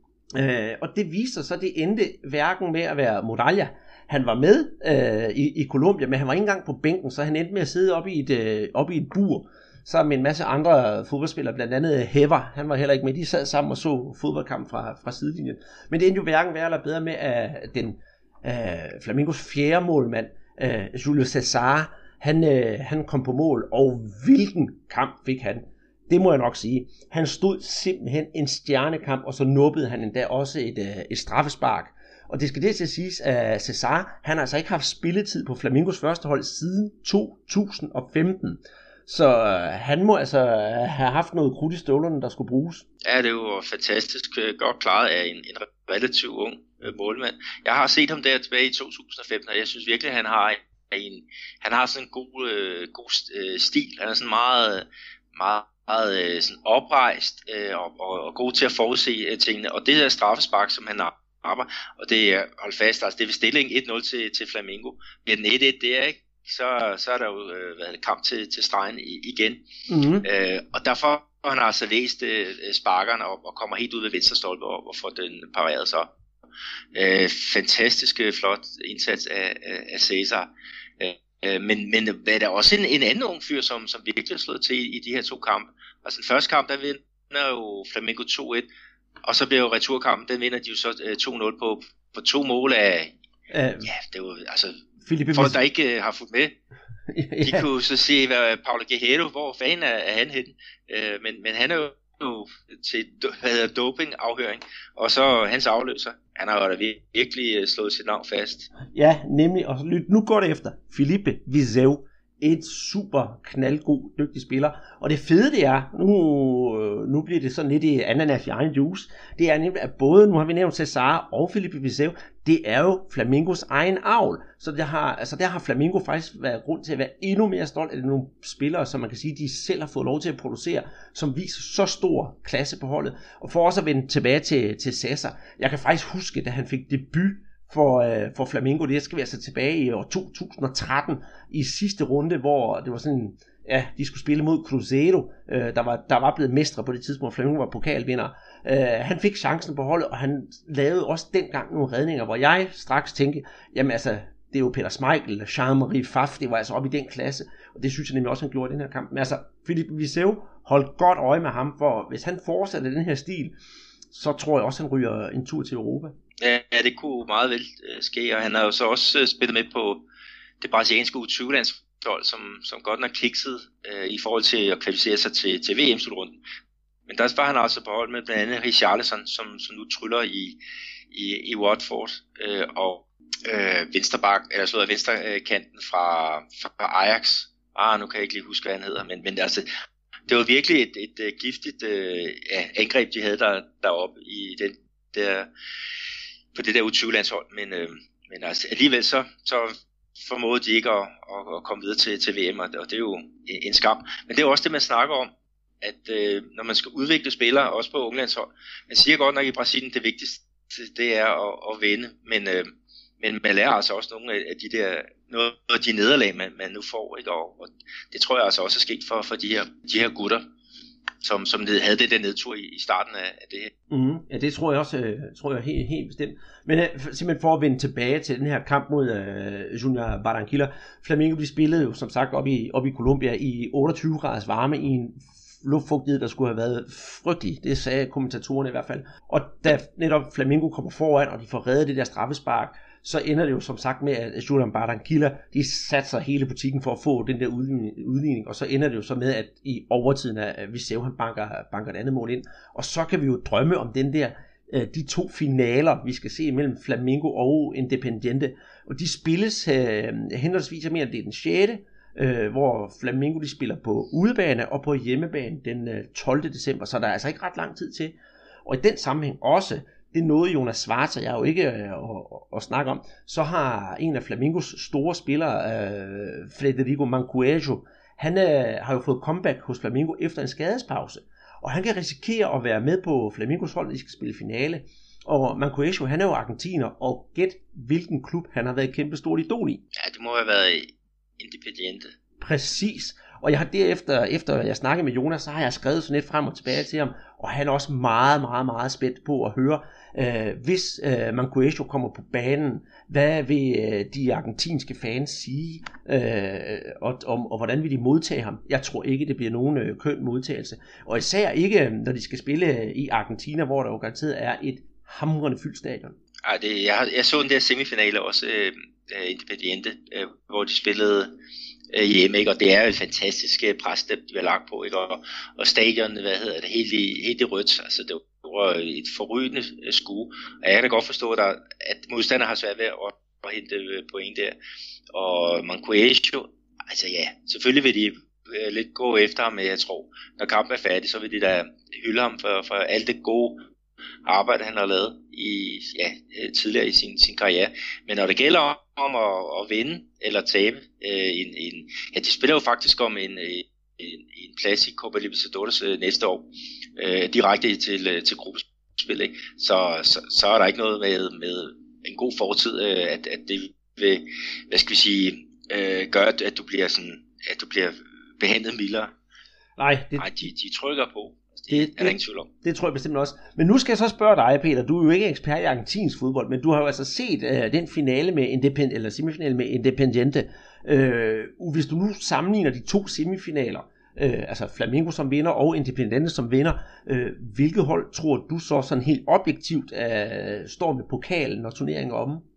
Øh, og det viser så, det endte hverken med at være Muralha. Han var med øh, i, i Colombia, men han var ikke engang på bænken, så han endte med at sidde oppe i et, øh, oppe i et bur, sammen med en masse andre fodboldspillere, blandt andet Hever. Han var heller ikke med, de sad sammen og så fodboldkamp fra, fra sidelinjen. Men det endte jo hverken værre eller bedre med, at den øh, Flamingos fjerde målmand, øh, Julio Cesar, han, øh, han kom på mål, og hvilken kamp fik han? Det må jeg nok sige. Han stod simpelthen en stjernekamp, og så nubbede han endda også et, øh, et straffespark. Og det skal det til at siges, at Cesar, han har altså ikke haft spilletid på Flamingos første hold siden to tusind og femten. Så han må altså have haft noget krudt i støvlerne, der skulle bruges. Ja, det er jo fantastisk godt klaret af en, en relativt ung målmand. Jeg har set ham der tilbage i to tusind og femten, og jeg synes virkelig, at han har en, han har sådan en god, god stil. Han er sådan meget, meget, meget sådan oprejst og, og, og god til at forudse tingene. Og det der straffespark, som han har, og det er, hold fast, altså det er ved stilling et nul til, til Flamengo. Bliver den et et der, ikke? Så, så er der jo øh, været kamp til, til stregen igen. Mm-hmm. Øh, og derfor har han altså læst øh, sparkerne og, og kommer helt ud ved venstre stolpe og, og får den pareret så. Øh, fantastisk flot indsats af, af, af Cesar. Øh, men, men er der også en, en anden ung fyr, som, som virkelig har slået til i, i de her to kampe. Altså den første kamp, der vinder jo Flamengo to et. Og så bliver jo returkampen, den vinder de jo så uh, to nul på, på to mål af, uh, ja, det var altså, Felipe folk der ikke uh, har fulgt med, de yeah. kunne så se, hvad Paulo Guerrero, hvor fanden er, er han henne, uh, men, men han er jo til, hvad hedder doping-afhøring, og så hans afløser, han har jo da virkelig slået sit navn fast. Ja, nemlig, og lyt nu går det efter, Felipe Viseu. Et super knaldgod, dygtig spiller. Og det fede det er, nu, nu bliver det sådan lidt i ananas i egen juice, det er nemlig, at både, nu har vi nævnt Cesar og Felipe Viseu, det er jo Flamingos egen avl. Så der har, altså der har Flamengo faktisk været grund til at være endnu mere stolt af nogle spillere, som man kan sige, de selv har fået lov til at producere, som viser så stor klasse på holdet. Og for også at vende tilbage til, til Cesar, jeg kan faktisk huske, da han fik debut for, øh, for Flamengo, det skal vi altså tilbage i år to tusind og tretten, i sidste runde, hvor det var sådan, ja, de skulle spille mod Cruzeiro, øh, der, var, der var blevet mestre på det tidspunkt, Flamengo var pokalvinder. Øh, han fik chancen på holdet, og han lavede også dengang nogle redninger, hvor jeg straks tænkte, jamen altså, det er jo Peter Schmeichel, Jean-Marie Pfaff, det var altså oppe i den klasse, og det synes jeg nemlig også, han gjorde i den her kamp. Men altså, Felipe Viseu, hold godt øje med ham, for hvis han fortsætter den her stil, så tror jeg også, han ryger en tur til Europa. Ja, det kunne meget vel øh, ske, og han har jo så også øh, spillet med på det brasilianske U tyve-landshold, som, som godt nok kiksede øh, i forhold til at kvalificere sig til, til V M-slutrunden. Men der var han altså på hold med blandt andet Richarlison, som, som nu tryller i, i, i Watford, øh, og øh, venstreback, eller så hedder venstrekanten fra, fra Ajax. Ah, nu kan jeg ikke lige huske, hvad han hedder, men, men altså, det var virkelig et, et, et giftigt øh, ja, angreb, de havde der, deroppe i den der, på det der U tyve-landshold, men, øh, men altså, alligevel så, så formåede de ikke at, at, at komme videre til, til V M, og det er jo en, en skam. Men det er jo også det, man snakker om, at øh, når man skal udvikle spillere, også på unglandshold, man siger godt nok i Brasilien, det vigtigste, det er at, at vinde, men, øh, men man lærer altså også nogle af de der, noget af de nederlag, man, man nu får, ikke? Og, og det tror jeg altså også er sket for, for de, her, de her gutter, som, som havde det der nedtur i, i starten af, af det her. Mm, ja, det tror jeg også, øh, tror jeg helt, helt bestemt. Men øh, simpelthen for at vende tilbage til den her kamp mod øh, Junior Barranquilla, Flamengo, de spillede jo som sagt op i, op i Colombia i otteogtyve graders varme i en luftfugtighed, der skulle have været frygtelig. Det sagde kommentatorerne i hvert fald. Og da netop Flamengo kommer foran, og de får reddet det der straffespark, så ender det jo som sagt med, at Junior Barranquilla, de satser hele butikken for at få den der udligning, og så ender det jo så med, at i overtiden, at Viseu, han banker, banker et andet mål ind. Og så kan vi jo drømme om den der, de to finaler, vi skal se mellem Flamengo og Independiente. Og de spilles øh, henholdsvis, jeg mener, det er den sjette, Øh, hvor Flamengo de spiller på udebane og på hjemmebane den øh, tolvte december, så der er altså ikke ret lang tid til. Og i den sammenhæng også, det nåede Jonas Schwarzer jeg jo ikke øh, at, at snakke om, så har en af Flamengos store spillere, øh, Federico Mancuello, han øh, har jo fået comeback hos Flamengo efter en skadespause, og han kan risikere at være med på Flamengos hold, når de skal spille finale. Og Mancuello, han er jo argentiner, og gæt hvilken klub han har været et kæmpe stort idol i. Ja, det må have været Independiente. Præcis. Og jeg har derefter, efter jeg snakkede med Jonas, så har jeg skrevet sådan lidt frem og tilbage til ham, og han er også meget, meget, meget spændt på at høre, øh, hvis øh, Mancuello kommer på banen, hvad vil øh, de argentinske fans sige, øh, og, og, og hvordan vil de modtage ham? Jeg tror ikke, det bliver nogen øh, køn modtagelse. Og især ikke, når de skal spille i Argentina, hvor der jo garanteret er et hamrende fyldt stadion. Ej, det, jeg, jeg så den der semifinale også, øh, Independiente, øh, hvor de spillede øh, hjemme, ikke? Og det er jo et fantastisk pres, de har lagt på, ikke? Og, og stadion, hvad hedder det, helt i, helt i rødt, altså det var et forrygende skue, og jeg kan da godt forstå, at, der, at modstandere har svært ved at, at hente point der, og Mancuello, altså ja, selvfølgelig vil de øh, lidt gå efter ham, men jeg tror, når kampen er færdig, så vil de da hylde ham for, for alt det gode arbejde, han har lavet i, ja, tidligere i sin, sin karriere. Men når det gælder om at, at vinde eller tabe, øh, en, en, ja, de spiller jo faktisk om en, en, en plads i Copa Libertadores øh, næste år, øh, direkte til, til gruppespil, ikke? Så, så, så er der ikke noget med, med en god fortid, øh, at, at det vil, hvad skal vi sige, øh, gøre, at, at du bliver sådan, at du bliver behandlet mildere. Nej, det... Nej, de, de trykker på. Det, det er der ingen tvivl om. Det tror jeg bestemt også. Men nu skal jeg så spørge dig, Peter. Du er jo ikke ekspert i argentinsk fodbold, men du har jo altså set uh, den finale med Independ- eller semifinale med Independiente. Uh, hvis du nu sammenligner de to semifinaler, uh, altså Flamengo som vinder og Independiente som vinder, uh, hvilket hold tror du så sådan helt objektivt uh, står med pokalen, når turneringen er omme?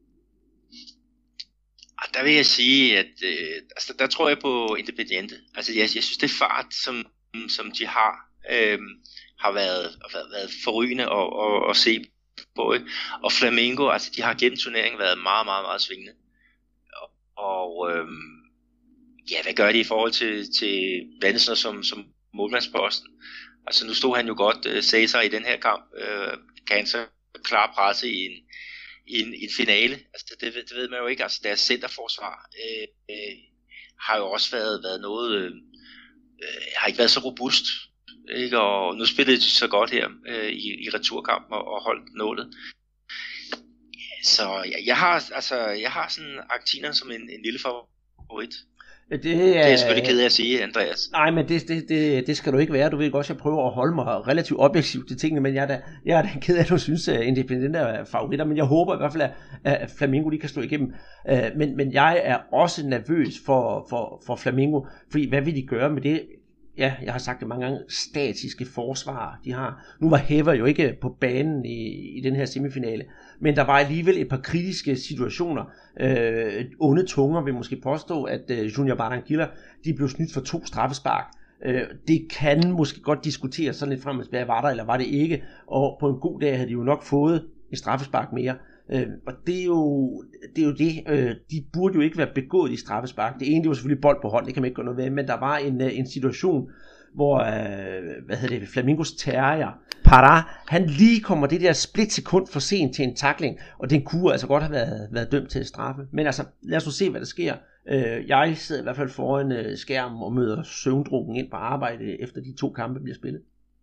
Der vil jeg sige, at øh, altså, der tror jeg på Independiente. Altså jeg, jeg synes det fart, som, som de har, øh, har været, været, været forrygende at, at, at se på. Ikke? Og Flamengo, altså de har gennem turneringen været meget, meget, meget svingende. Og, og øh, ja, hvad gør de i forhold til, til Vanessa som, som målmandsposten? Altså nu stod han jo godt, øh, Cæsar i den her kamp, øh, kan han så klare presse i en i en, i en finale, altså det, det ved man jo ikke, altså deres centerforsvar øh, øh, har jo også været, været noget, øh, har ikke været så robust, ikke? Og nu spillede de så godt her øh, i, i returkampen og, og holdt nålet. Så jeg, jeg har altså, jeg har sådan argentinerne som en, en lille favorit. Det er, det er jeg selvfølgelig ked af at sige, Andreas. Nej, men det, det, det, det skal du ikke være. Du ved godt, jeg prøver at holde mig relativt objektivt til tingene, men jeg er da, jeg er da ked af, at du synes, at Independiente er favoritter, men jeg håber i hvert fald, at Flamengo de kan stå igennem. Men, men jeg er også nervøs for, for, for Flamengo, fordi hvad vil de gøre med det ja, jeg har sagt det mange gange, statiske forsvar, de har. Nu var Hæver jo ikke på banen i, i den her semifinale, men der var alligevel et par kritiske situationer. Øh, onde tunger vil måske påstå, at øh, Junior Barranquilla, de blev snydt for to straffespark. Øh, det kan måske godt diskuteres sådan lidt frem og tilbage, var der eller var det ikke, og på en god dag havde de jo nok fået en straffespark mere. Øh, og det er jo det, er jo det. Øh, de burde jo ikke være begået i straffespark. Det ene, det var selvfølgelig bold på hånd, det kan man ikke gøre noget ved, men der var en, en situation, hvor øh, hvad hedder det, Flamingos terrier, Pará, han lige kommer det der split sekund for sent til en tackling, og den kunne altså godt have været, været dømt til at straffe. Men altså, lad os nu se, hvad der sker. Øh, jeg sidder i hvert fald foran øh, skærmen og møder søvndrukken ind på arbejde, efter de to kampe bliver spillet.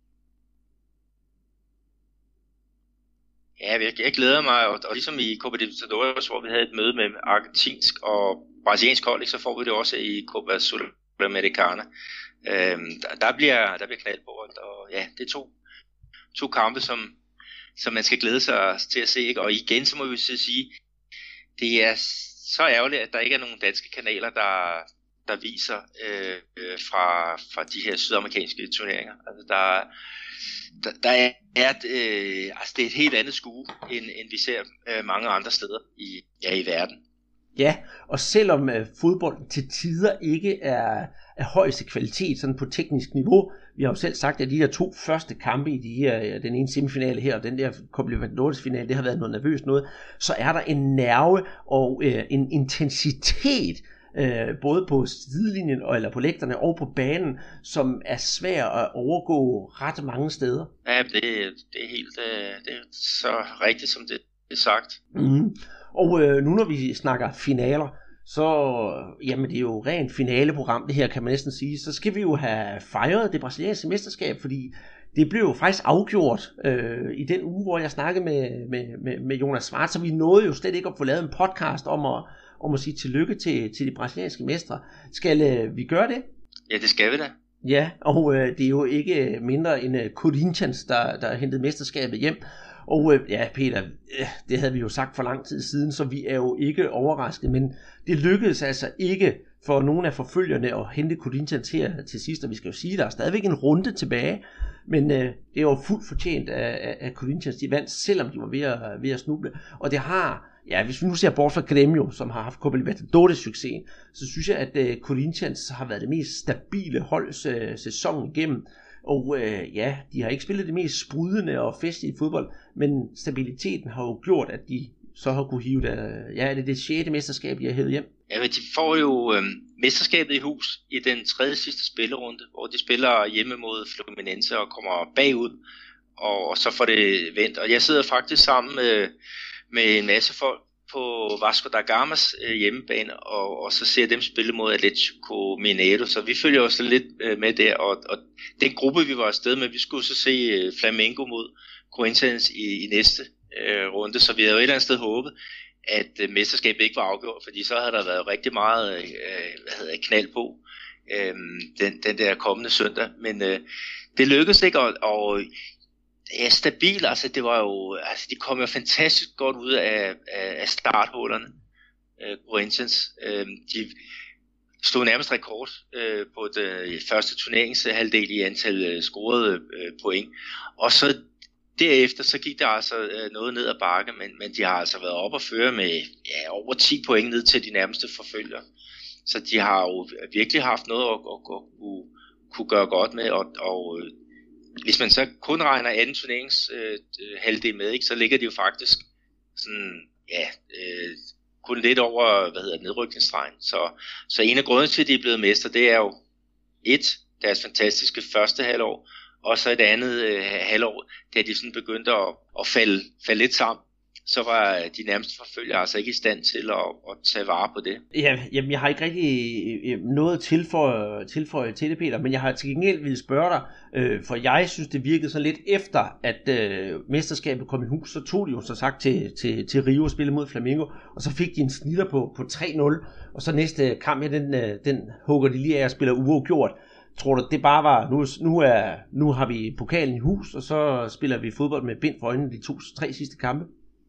Ja, jeg, jeg glæder mig, og, og ligesom i Copa Libertadores, hvor vi havde et møde med argentinsk og brasiliansk hold, så får vi det også i Copa Sudamericana. Øhm, der, der, bliver, der bliver knald på, og ja, det er to, to kampe, som, som man skal glæde sig til at se, ikke? Og igen, så må vi sige, det er så ærgerligt, at der ikke er nogen danske kanaler, der, der viser øh, øh, fra, fra de her sydamerikanske turneringer. Altså, der, der, der er, er et, øh, altså, det er et helt andet skue, end, end vi ser øh, mange andre steder i, ja, i verden. Ja, og selvom øh, fodbolden til tider ikke er af højeste kvalitet sådan på teknisk niveau, vi har jo selv sagt, at de der to første kampe i de her, den ene semifinale her, og den der Copa Libertadores finale, det har været noget nervøst noget, så er der en nerve og øh, en intensitet, øh, både på sidelinjen og, eller på lægterne og på banen, som er svær at overgå ret mange steder. Ja, det, det er helt øh, det er så rigtigt, som det er sagt. Mm-hmm. Og øh, nu når vi snakker finaler, så jamen det er jo rent finaleprogram, det her kan man næsten sige, så skal vi jo have fejret det brasilianske mesterskab, fordi det blev jo faktisk afgjort øh, i den uge, hvor jeg snakkede med, med, med, med Jonas Svart, så vi nåede jo slet ikke at få lavet en podcast om at, om at sige tillykke til, til de brasilianske mestre. Skal øh, vi gøre det? Ja, det skal vi da. Ja, og øh, det er jo ikke mindre end øh, Corinthians, der, der hentede mesterskabet hjem. Og øh, ja, Peter, øh, det havde vi jo sagt for lang tid siden, så vi er jo ikke overrasket, men det lykkedes altså ikke for nogle af forfølgerne at hente Corinthians her til sidst, og vi skal jo sige, at der er stadigvæk en runde tilbage, men øh, det er jo fuldt fortjent af, af, af Corinthians, de vandt, selvom de var ved at, ved at snuble, og det har, ja, hvis vi nu ser bort fra Grêmio, som har haft Copa Libertadores succesen, så synes jeg, at øh, Corinthians har været det mest stabile hold øh, sæsonen igennem. Og øh, ja, de har ikke spillet det mest sprudende og festlige fodbold, men stabiliteten har jo gjort, at de så har kunne hive det. Ja, er det det sjette mesterskab, de har hævet hjem? Ja, men de får jo øh, mesterskabet i hus i den tredje sidste spillerunde, hvor de spiller hjemme mod Fluminense og kommer bagud, og, og så får det vendt. Og jeg sidder faktisk sammen med, med en masse folk på Vasco da Gamas øh, hjemmebane, og, og så ser dem spille mod Atlético Mineiro, så vi følger også lidt øh, med der, og, og den gruppe, vi var afsted med, vi skulle så se øh, Flamengo mod Corinthians i, i næste øh, runde, så vi havde jo et eller andet sted håbet, at øh, mesterskabet ikke var afgjort, fordi så havde der været rigtig meget øh, hvad hedder, knald på øh, den, den der kommende søndag, men øh, det lykkedes ikke, og, og ja, stabil, altså det var jo, altså de kom jo fantastisk godt ud af, af, af starthullerne, øh, Corinthians. Øh, de stod nærmest rekord øh, på det første turneringshalvdel i antal øh, scorede øh, point. Og så derefter, så gik der altså øh, noget ned ad bakke, men, men de har altså været op og føre med ja, over ti point ned til de nærmeste forfølgere. Så de har jo virkelig haft noget at, at, at, at kunne, kunne gøre godt med, og, og hvis man så kun regner anden turneringshalvdel øh, halvdel med, ikke, så ligger de jo faktisk sådan, ja, øh, kun lidt over, hvad hedder det, nedrykningsstregen. Så, så en af grundene til, at de er blevet mester, det er jo et, deres fantastiske første halvår, og så et andet øh, halvår, da de sådan begyndte at, at falde, falde lidt sammen, så var de nærmeste forfølgere altså ikke i stand til at, at tage vare på det. Ja, jamen, jeg har ikke rigtig noget tilføje, tilføje til det, Peter, men jeg har til gengæld ville spørge dig, øh, for jeg synes, det virkede så lidt efter, at øh, mesterskabet kom i hus, så tog de jo så sagt til, til, til Rio og spille mod Flamengo, og så fik de en snitter på, på tre nul, og så næste kamp, ja, den, den hugger de lige af og spiller uafgjort. Tror du, det bare var, nu, nu, er, nu har vi pokalen i hus, og så spiller vi fodbold med bind for øjnene de to, tre sidste kampe?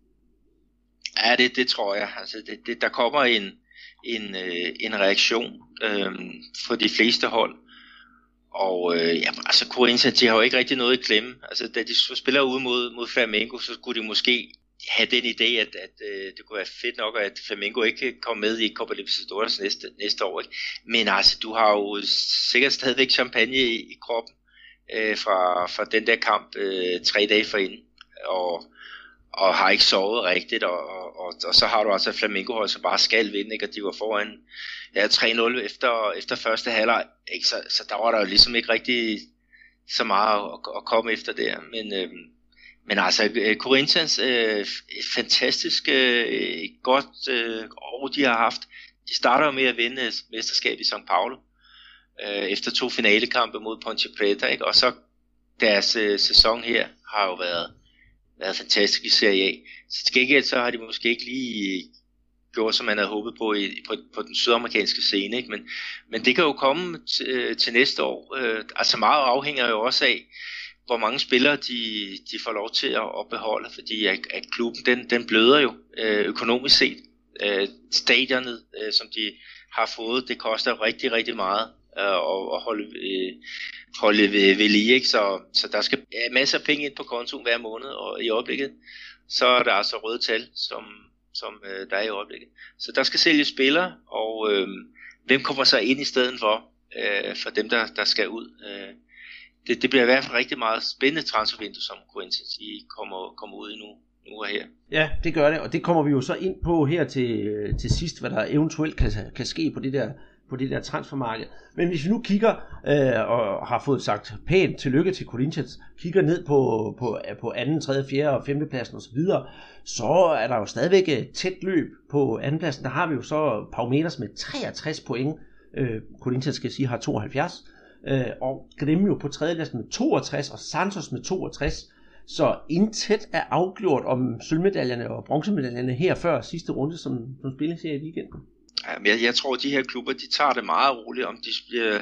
Ja, det, det tror jeg. Altså, det, det, der kommer en, en, øh, en reaktion øh, for de fleste hold. Og øh, ja, altså Corinthians, de har jo ikke rigtig noget at glemme. Altså da de spiller ude mod, mod Flamengo, så skulle de måske have den idé, at, at øh, det kunne være fedt nok, at Flamengo ikke kan komme med i Copa Libertadores næste, næste år. Ikke? Men altså, du har jo sikkert stadigvæk champagne i, i kroppen øh, fra, fra den der kamp øh, tre dage forinden, og, og har ikke sovet rigtigt, og, og, og, og så har du altså Flamengo, som bare skal vinde, ikke? Og de var foran ja, tre nul efter, efter første halvleg, ikke? Så, så der var der jo ligesom ikke rigtig så meget at, at komme efter der, men... Øh, Men altså, Corinthians øh, fantastisk øh, godt øh, år, de har haft. De starter jo med at vinde mesterskab i São Paulo øh, efter to finalekampe mod Ponte Preta, ikke? Og så deres øh, sæson her har jo været, været fantastisk i Serie A. Så til gengæld så har de måske ikke lige gjort, som man havde håbet på i, på, på den sydamerikanske scene, ikke? Men, men det kan jo komme t- til næste år. Øh, altså meget afhænger jo også af, hvor mange spillere de, de får lov til at, at beholde, fordi at, at klubben den, den bløder jo øh, økonomisk set. Øh, stadionet, øh, som de har fået, det koster rigtig, rigtig meget øh, at holde, øh, holde ved, ved lige, ikke? Så, så der skal ja, masser af penge ind på kontoen hver måned, og i øjeblikket, så er der altså røde tal, som, som øh, der er i øjeblikket. Så der skal sælges spillere, og øh, hvem kommer så ind i stedet for, øh, for dem, der, der skal ud? Øh, Det, det bliver i hvert fald rigtig meget spændende transfervindue, som Corinthians I kommer, kommer ud i nu, nu og her. Ja, det gør det, og det kommer vi jo så ind på her til, til sidst, hvad der eventuelt kan, kan ske på det der, på det der transfermarked. Men hvis vi nu kigger øh, og har fået sagt pænt tillykke til Corinthians, kigger ned på, på, på anden, tredje, fjerde og femte pladsen osv., så er der jo stadigvæk et tæt løb på anden pladsen. Der har vi jo så Palmeiras med treogtres point, øh, Corinthians skal sige har tooghalvfjerds, Øh, og Grêmio på tredjepladsen med toogtres, og Santos med toogtres. Så intet er afgjort om sølvmedaljerne og bronzemedaljerne her før sidste runde, som, som spilles her i weekenden. Ja, men jeg, jeg tror, at de her klubber, de tager det meget roligt, om de bliver,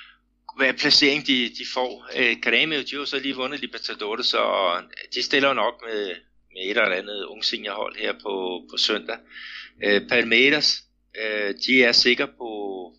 hvad placering de, de får. Øh, Grêmio, de har jo så lige vundet Libertadores, så de stiller nok med, med et eller andet ung seniorhold her på, på søndag. Øh, Palmeiras, øh, de er sikre på,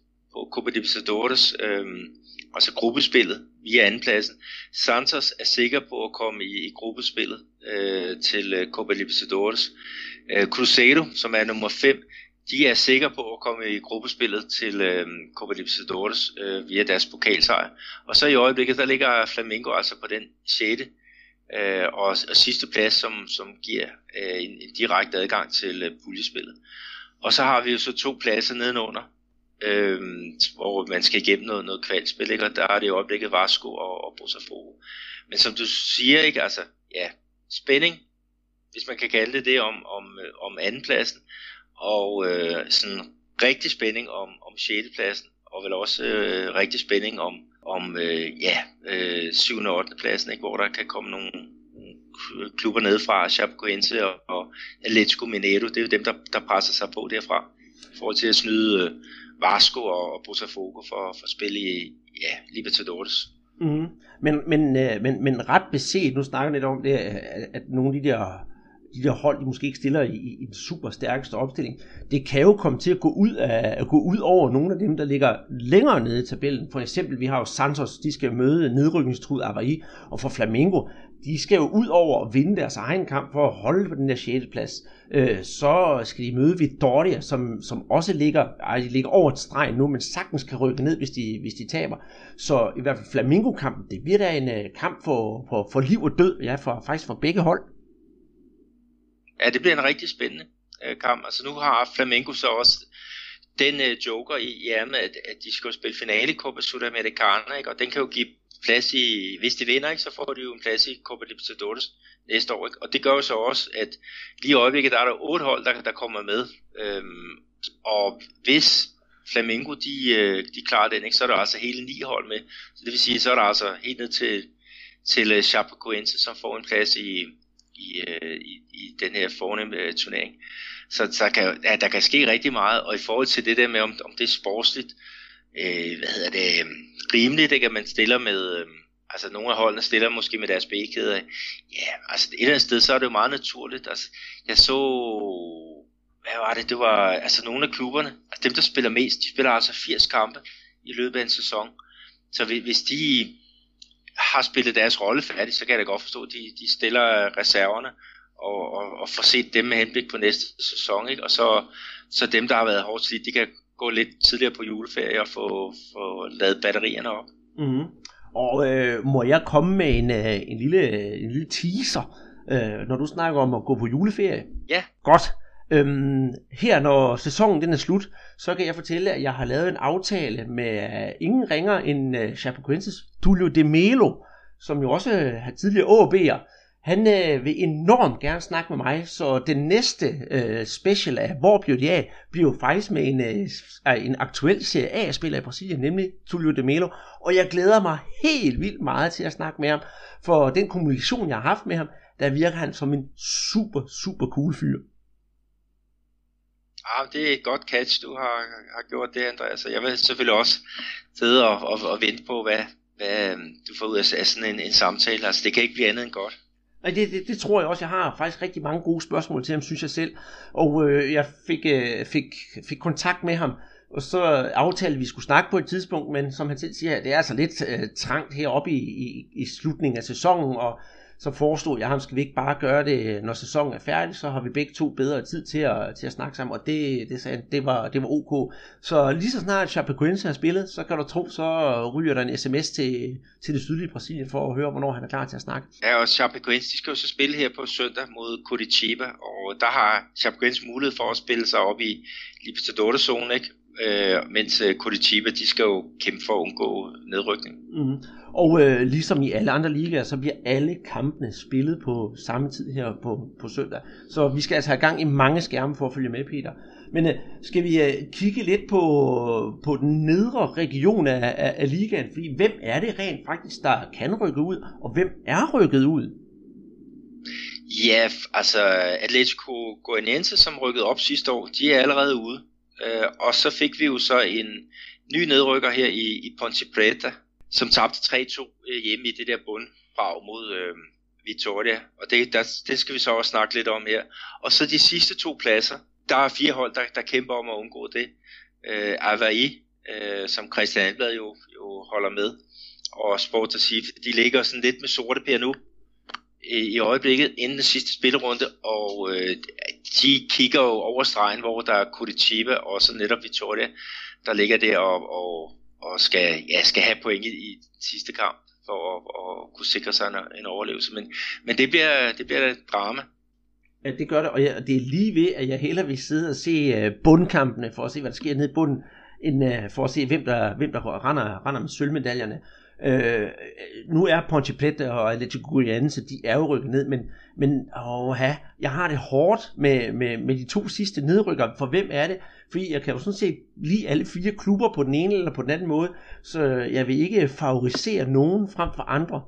på Copa Libertadores, øh, altså gruppespillet via andenpladsen. Santos er sikker på at komme i, i gruppespillet øh, til øh, Copa Libertadores. Øh, Cruzeiro, som er nummer fem, de er sikre på at komme i gruppespillet til øh, Copa Libertadores øh, via deres pokalsejr. Og så i øjeblikket, der ligger Flamengo altså på den sjette øh, og, og sidste plads, som, som giver øh, en, en direkte adgang til øh, puljespillet. Og så har vi jo så to pladser nedenunder, Øhm, hvor man skal igennem noget, noget kvalspil, ikke? Og der er det i øjeblikket Vasco og, og Botafogo. Men som du siger, ikke, altså, ja, spænding, hvis man kan kalde det det, om, om, om andenpladsen, og øh, sådan rigtig spænding om, om sjette pladsen, og vel også øh, rigtig spænding om, om øh, ja, øh, syvende og ottende pladsen, ikke? Hvor der kan komme nogle klubber ned fra Chapecoense og, og Atlético Mineiro. Det er jo dem, der, der presser sig på derfra, i forhold til at snyde øh, Vasco og Botafogo for, for at spille i ja, Libertadores. Mm. Men, men, øh, men, men ret beset, nu snakker jeg lidt om det, at, at nogle af de der, de der hold, de måske ikke stiller i, i den super stærkeste opstilling, det kan jo komme til at gå ud, af, at gå ud over nogle af dem, der ligger længere nede i tabellen. For eksempel, vi har jo Santos, de skal møde nedrykningstruet Avaí, og for Flamengo, de skal jo ud over at vinde deres egen kamp for at holde på den der sjette plads. Øh, så skal de møde Vitória, som, som også ligger, ej, de ligger over et streg nu, men sagtens kan rykke ned, hvis de, hvis de taber. Så i hvert fald Flamengo-kampen, det bliver da en uh, kamp for, for, for liv og død, ja, for, faktisk for begge hold. Ja, det bliver en rigtig spændende uh, kamp. Altså nu har Flamengo så også den uh, joker i ærmet, at, at de skal spille finale i Copa Sudamericana, ikke? Og den kan jo give plads i, hvis de vinder, ikke, så får de jo en plads i Copa Libertadores næste år, ikke? Og det gør jo så også, at lige i øjeblikket, der er der otte hold, der, der kommer med, øhm, og hvis Flamengo, de, de klarer den, ikke, så er der altså hele ni hold med, så det vil sige, så er der altså helt ned til, til Chapecoense, som får en plads i, i, i, i den her fornemme turnering. Så, så kan, ja, der kan ske rigtig meget, og i forhold til det der med, om, om det er sportsligt, øh, hvad hedder det, rimeligt, ikke, at man stiller med, øh, altså nogle af holdene stiller måske med deres bagkæder. Ja, altså et eller andet sted, så er det jo meget naturligt. Altså, jeg så, hvad var det, det var, altså nogle af klubberne, altså dem der spiller mest, de spiller altså firs kampe i løbet af en sæson. så hvis de har spillet deres rolle færdigt, så kan jeg da godt forstå, at de, de stiller reserverne og, og, og får set dem med henblik på næste sæson, ikke? Og så, så dem, der har været hårdt slidt, de kan gå lidt tidligere på juleferie og få, få lavet batterierne op. Mm-hmm. Og øh, må jeg komme med en, øh, en, lille, en lille teaser, øh, når du snakker om at gå på juleferie? Ja. Godt. Øhm, her når sæsonen den er slut, så kan jeg fortælle, at jeg har lavet en aftale med uh, ingen ringer end uh, Chapecoenses Tullio De Melo, som jo også uh, har tidligere A og B'er. Han uh, vil enormt gerne snakke med mig, så den næste uh, special af Hvor bliver de af, bliver jo faktisk med en, uh, en aktuel Serie A-spiller i Brasilien, nemlig Tullio De Melo. Og jeg glæder mig helt vildt meget til at snakke med ham, for den kommunikation, jeg har haft med ham, der virker han som en super, super cool fyr. Ah, det er et godt catch, du har, har gjort det, Andreas. Jeg vil selvfølgelig også sidde og, og, og vente på, hvad, hvad du får ud af sådan en, en samtale. Altså, det kan ikke blive andet end godt. Nej, det, det, det tror jeg også. Jeg har faktisk rigtig mange gode spørgsmål til ham, synes jeg selv. Og øh, jeg fik, øh, fik, fik kontakt med ham, og så aftalte vi, at vi skulle snakke på et tidspunkt, men som han selv siger, det er altså lidt øh, trangt heroppe i, i, i slutningen af sæsonen, og så foreslog jeg ham, skal vi ikke bare gøre det, når sæsonen er færdig, så har vi begge to bedre tid til at, til at snakke sammen, og det, det, sagde, det, var, det var ok. Så lige så snart Chapecoense har spillet, så kan du tro, så ryger der en sms til, til det sydlige Brasilien for at høre, hvornår han er klar til at snakke. Ja, og Chapecoense, de skal jo så spille her på søndag mod Curitiba, og der har Chapecoense mulighed for at spille sig op i Libertadores-zonen, ikke? Øh, mens uh, Curitiba, de skal jo kæmpe for at undgå nedrykning. Mm. Og øh, ligesom i alle andre ligaer, så bliver alle kampene spillet på samme tid her på, på søndag. Så vi skal altså have gang i mange skærme for at følge med, Peter. Men øh, skal vi øh, kigge lidt på, på den nedre region af, af, af ligaen? Fordi hvem er det rent faktisk, der kan rykke ud, og hvem er rykket ud? Ja, altså Atlético Goianiense, som rykkede op sidste år, de er allerede ude. Uh, og så fik vi jo så en ny nedrykker her i, i Ponte Preta, som tabte tre to uh, hjemme i det der bundbrag mod uh, Vitória. Og det, der, det skal vi så også snakke lidt om her. Og så de sidste to pladser, der er fire hold, der, der kæmper om at undgå det. Uh, Avaí, uh, som Christian Alblad jo, jo holder med, og Sport Recife, de ligger sådan lidt med sorte pære nu i øjeblikket inden den sidste spillerunde, og øh, de kigger jo over stregen, hvor der er Curitiba og så netop Vitória, der ligger der og, og, og skal, ja, skal have point i, i sidste kamp for at, at kunne sikre sig en, en overlevelse. Men, men det bliver, det bliver et drama. Ja, det gør det, og jeg, det er lige ved, at jeg hellere vil sidde og se uh, bundkampene, for at se, hvad der sker nede i bunden, end uh, for at se, hvem der, hvem der render, render med sølvmedaljerne. Øh, nu er Ponte Preta og Atlético Goianiense, de er jo rykket ned, men, men åha, jeg har det hårdt med, med, med de to sidste nedrykker. For hvem er det? Fordi jeg kan jo sådan set lide alle fire klubber på den ene eller på den anden måde, så jeg vil ikke favorisere nogen frem for andre.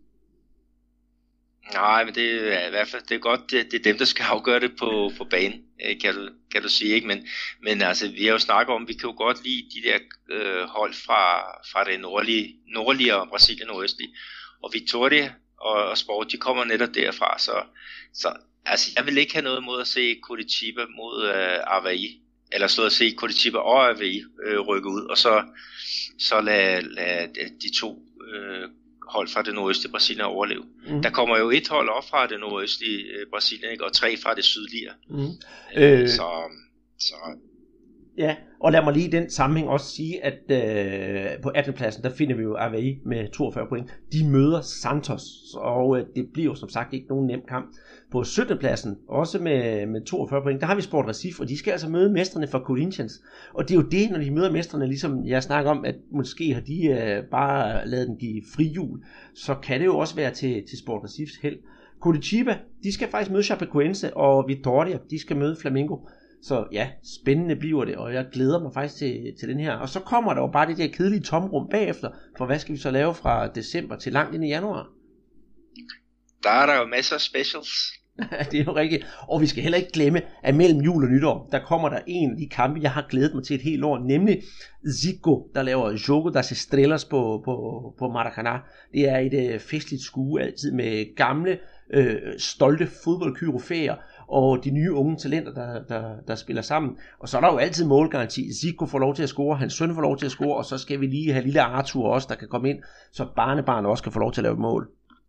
Nej, men det er i hvert fald det er godt, det, det er dem, der skal afgøre det på, på banen, kan du, kan du sige, ikke? Men, men altså, vi har jo snakket om, vi kan jo godt lide de der øh, hold fra, fra det nordlige, nordligere Brasilien og østlige, og Vitória og, og Sport, de kommer netop derfra, så, så altså, jeg vil ikke have noget mod at se Curitiba mod øh, Avaí, eller så at se Curitiba og Avaí øh, rykke ud, og så, så lad, lad de to øh, hold fra det nordøstlige Brasilien overleve. Mm. Der kommer jo et hold op fra det nordøstlige øh, Brasilien, ikke? Og tre fra det sydlige. Mm. Øh, så, så... Ja, og lad mig lige i den sammenhæng også sige, at øh, på attende pladsen, der finder vi jo Avaí med toogfyrre point. De møder Santos, og øh, det bliver jo som sagt ikke nogen nem kamp. På syttende pladsen, også med, med toogfyrre point, der har vi Sport Recife, og de skal altså møde mestrene fra Corinthians. Og det er jo det, når de møder mestrene, ligesom jeg snakker om, at måske har de øh, bare lavet den give frihjul, så kan det jo også være til, til Sport Recifes held. Curitiba, de skal faktisk møde Chapecoense, og Vitória, de skal møde Flamengo. Så ja, spændende bliver det, og jeg glæder mig faktisk til, til den her. Og så kommer der jo bare det der kedelige tomrum bagefter, for hvad skal vi så lave fra december til langt ind i januar? Der er der jo masser af specials. Det er jo rigtigt. Og vi skal heller ikke glemme, at mellem jul og nytår, der kommer der en af de kampe, jeg har glædet mig til et helt år, nemlig Zico, der laver Jogo das Estrelas på, på, på Maracanã. Det er et øh, festligt skue altid med gamle, øh, stolte fodboldkyrofager. og de nye unge talenter, der, der, der spiller sammen. Og så er der jo altid målgaranti. Zico får lov til at score, hans søn får lov til at score, og så skal vi lige have lille Arthur også, der kan komme ind, så barnebarnet også kan få lov til at lave et mål.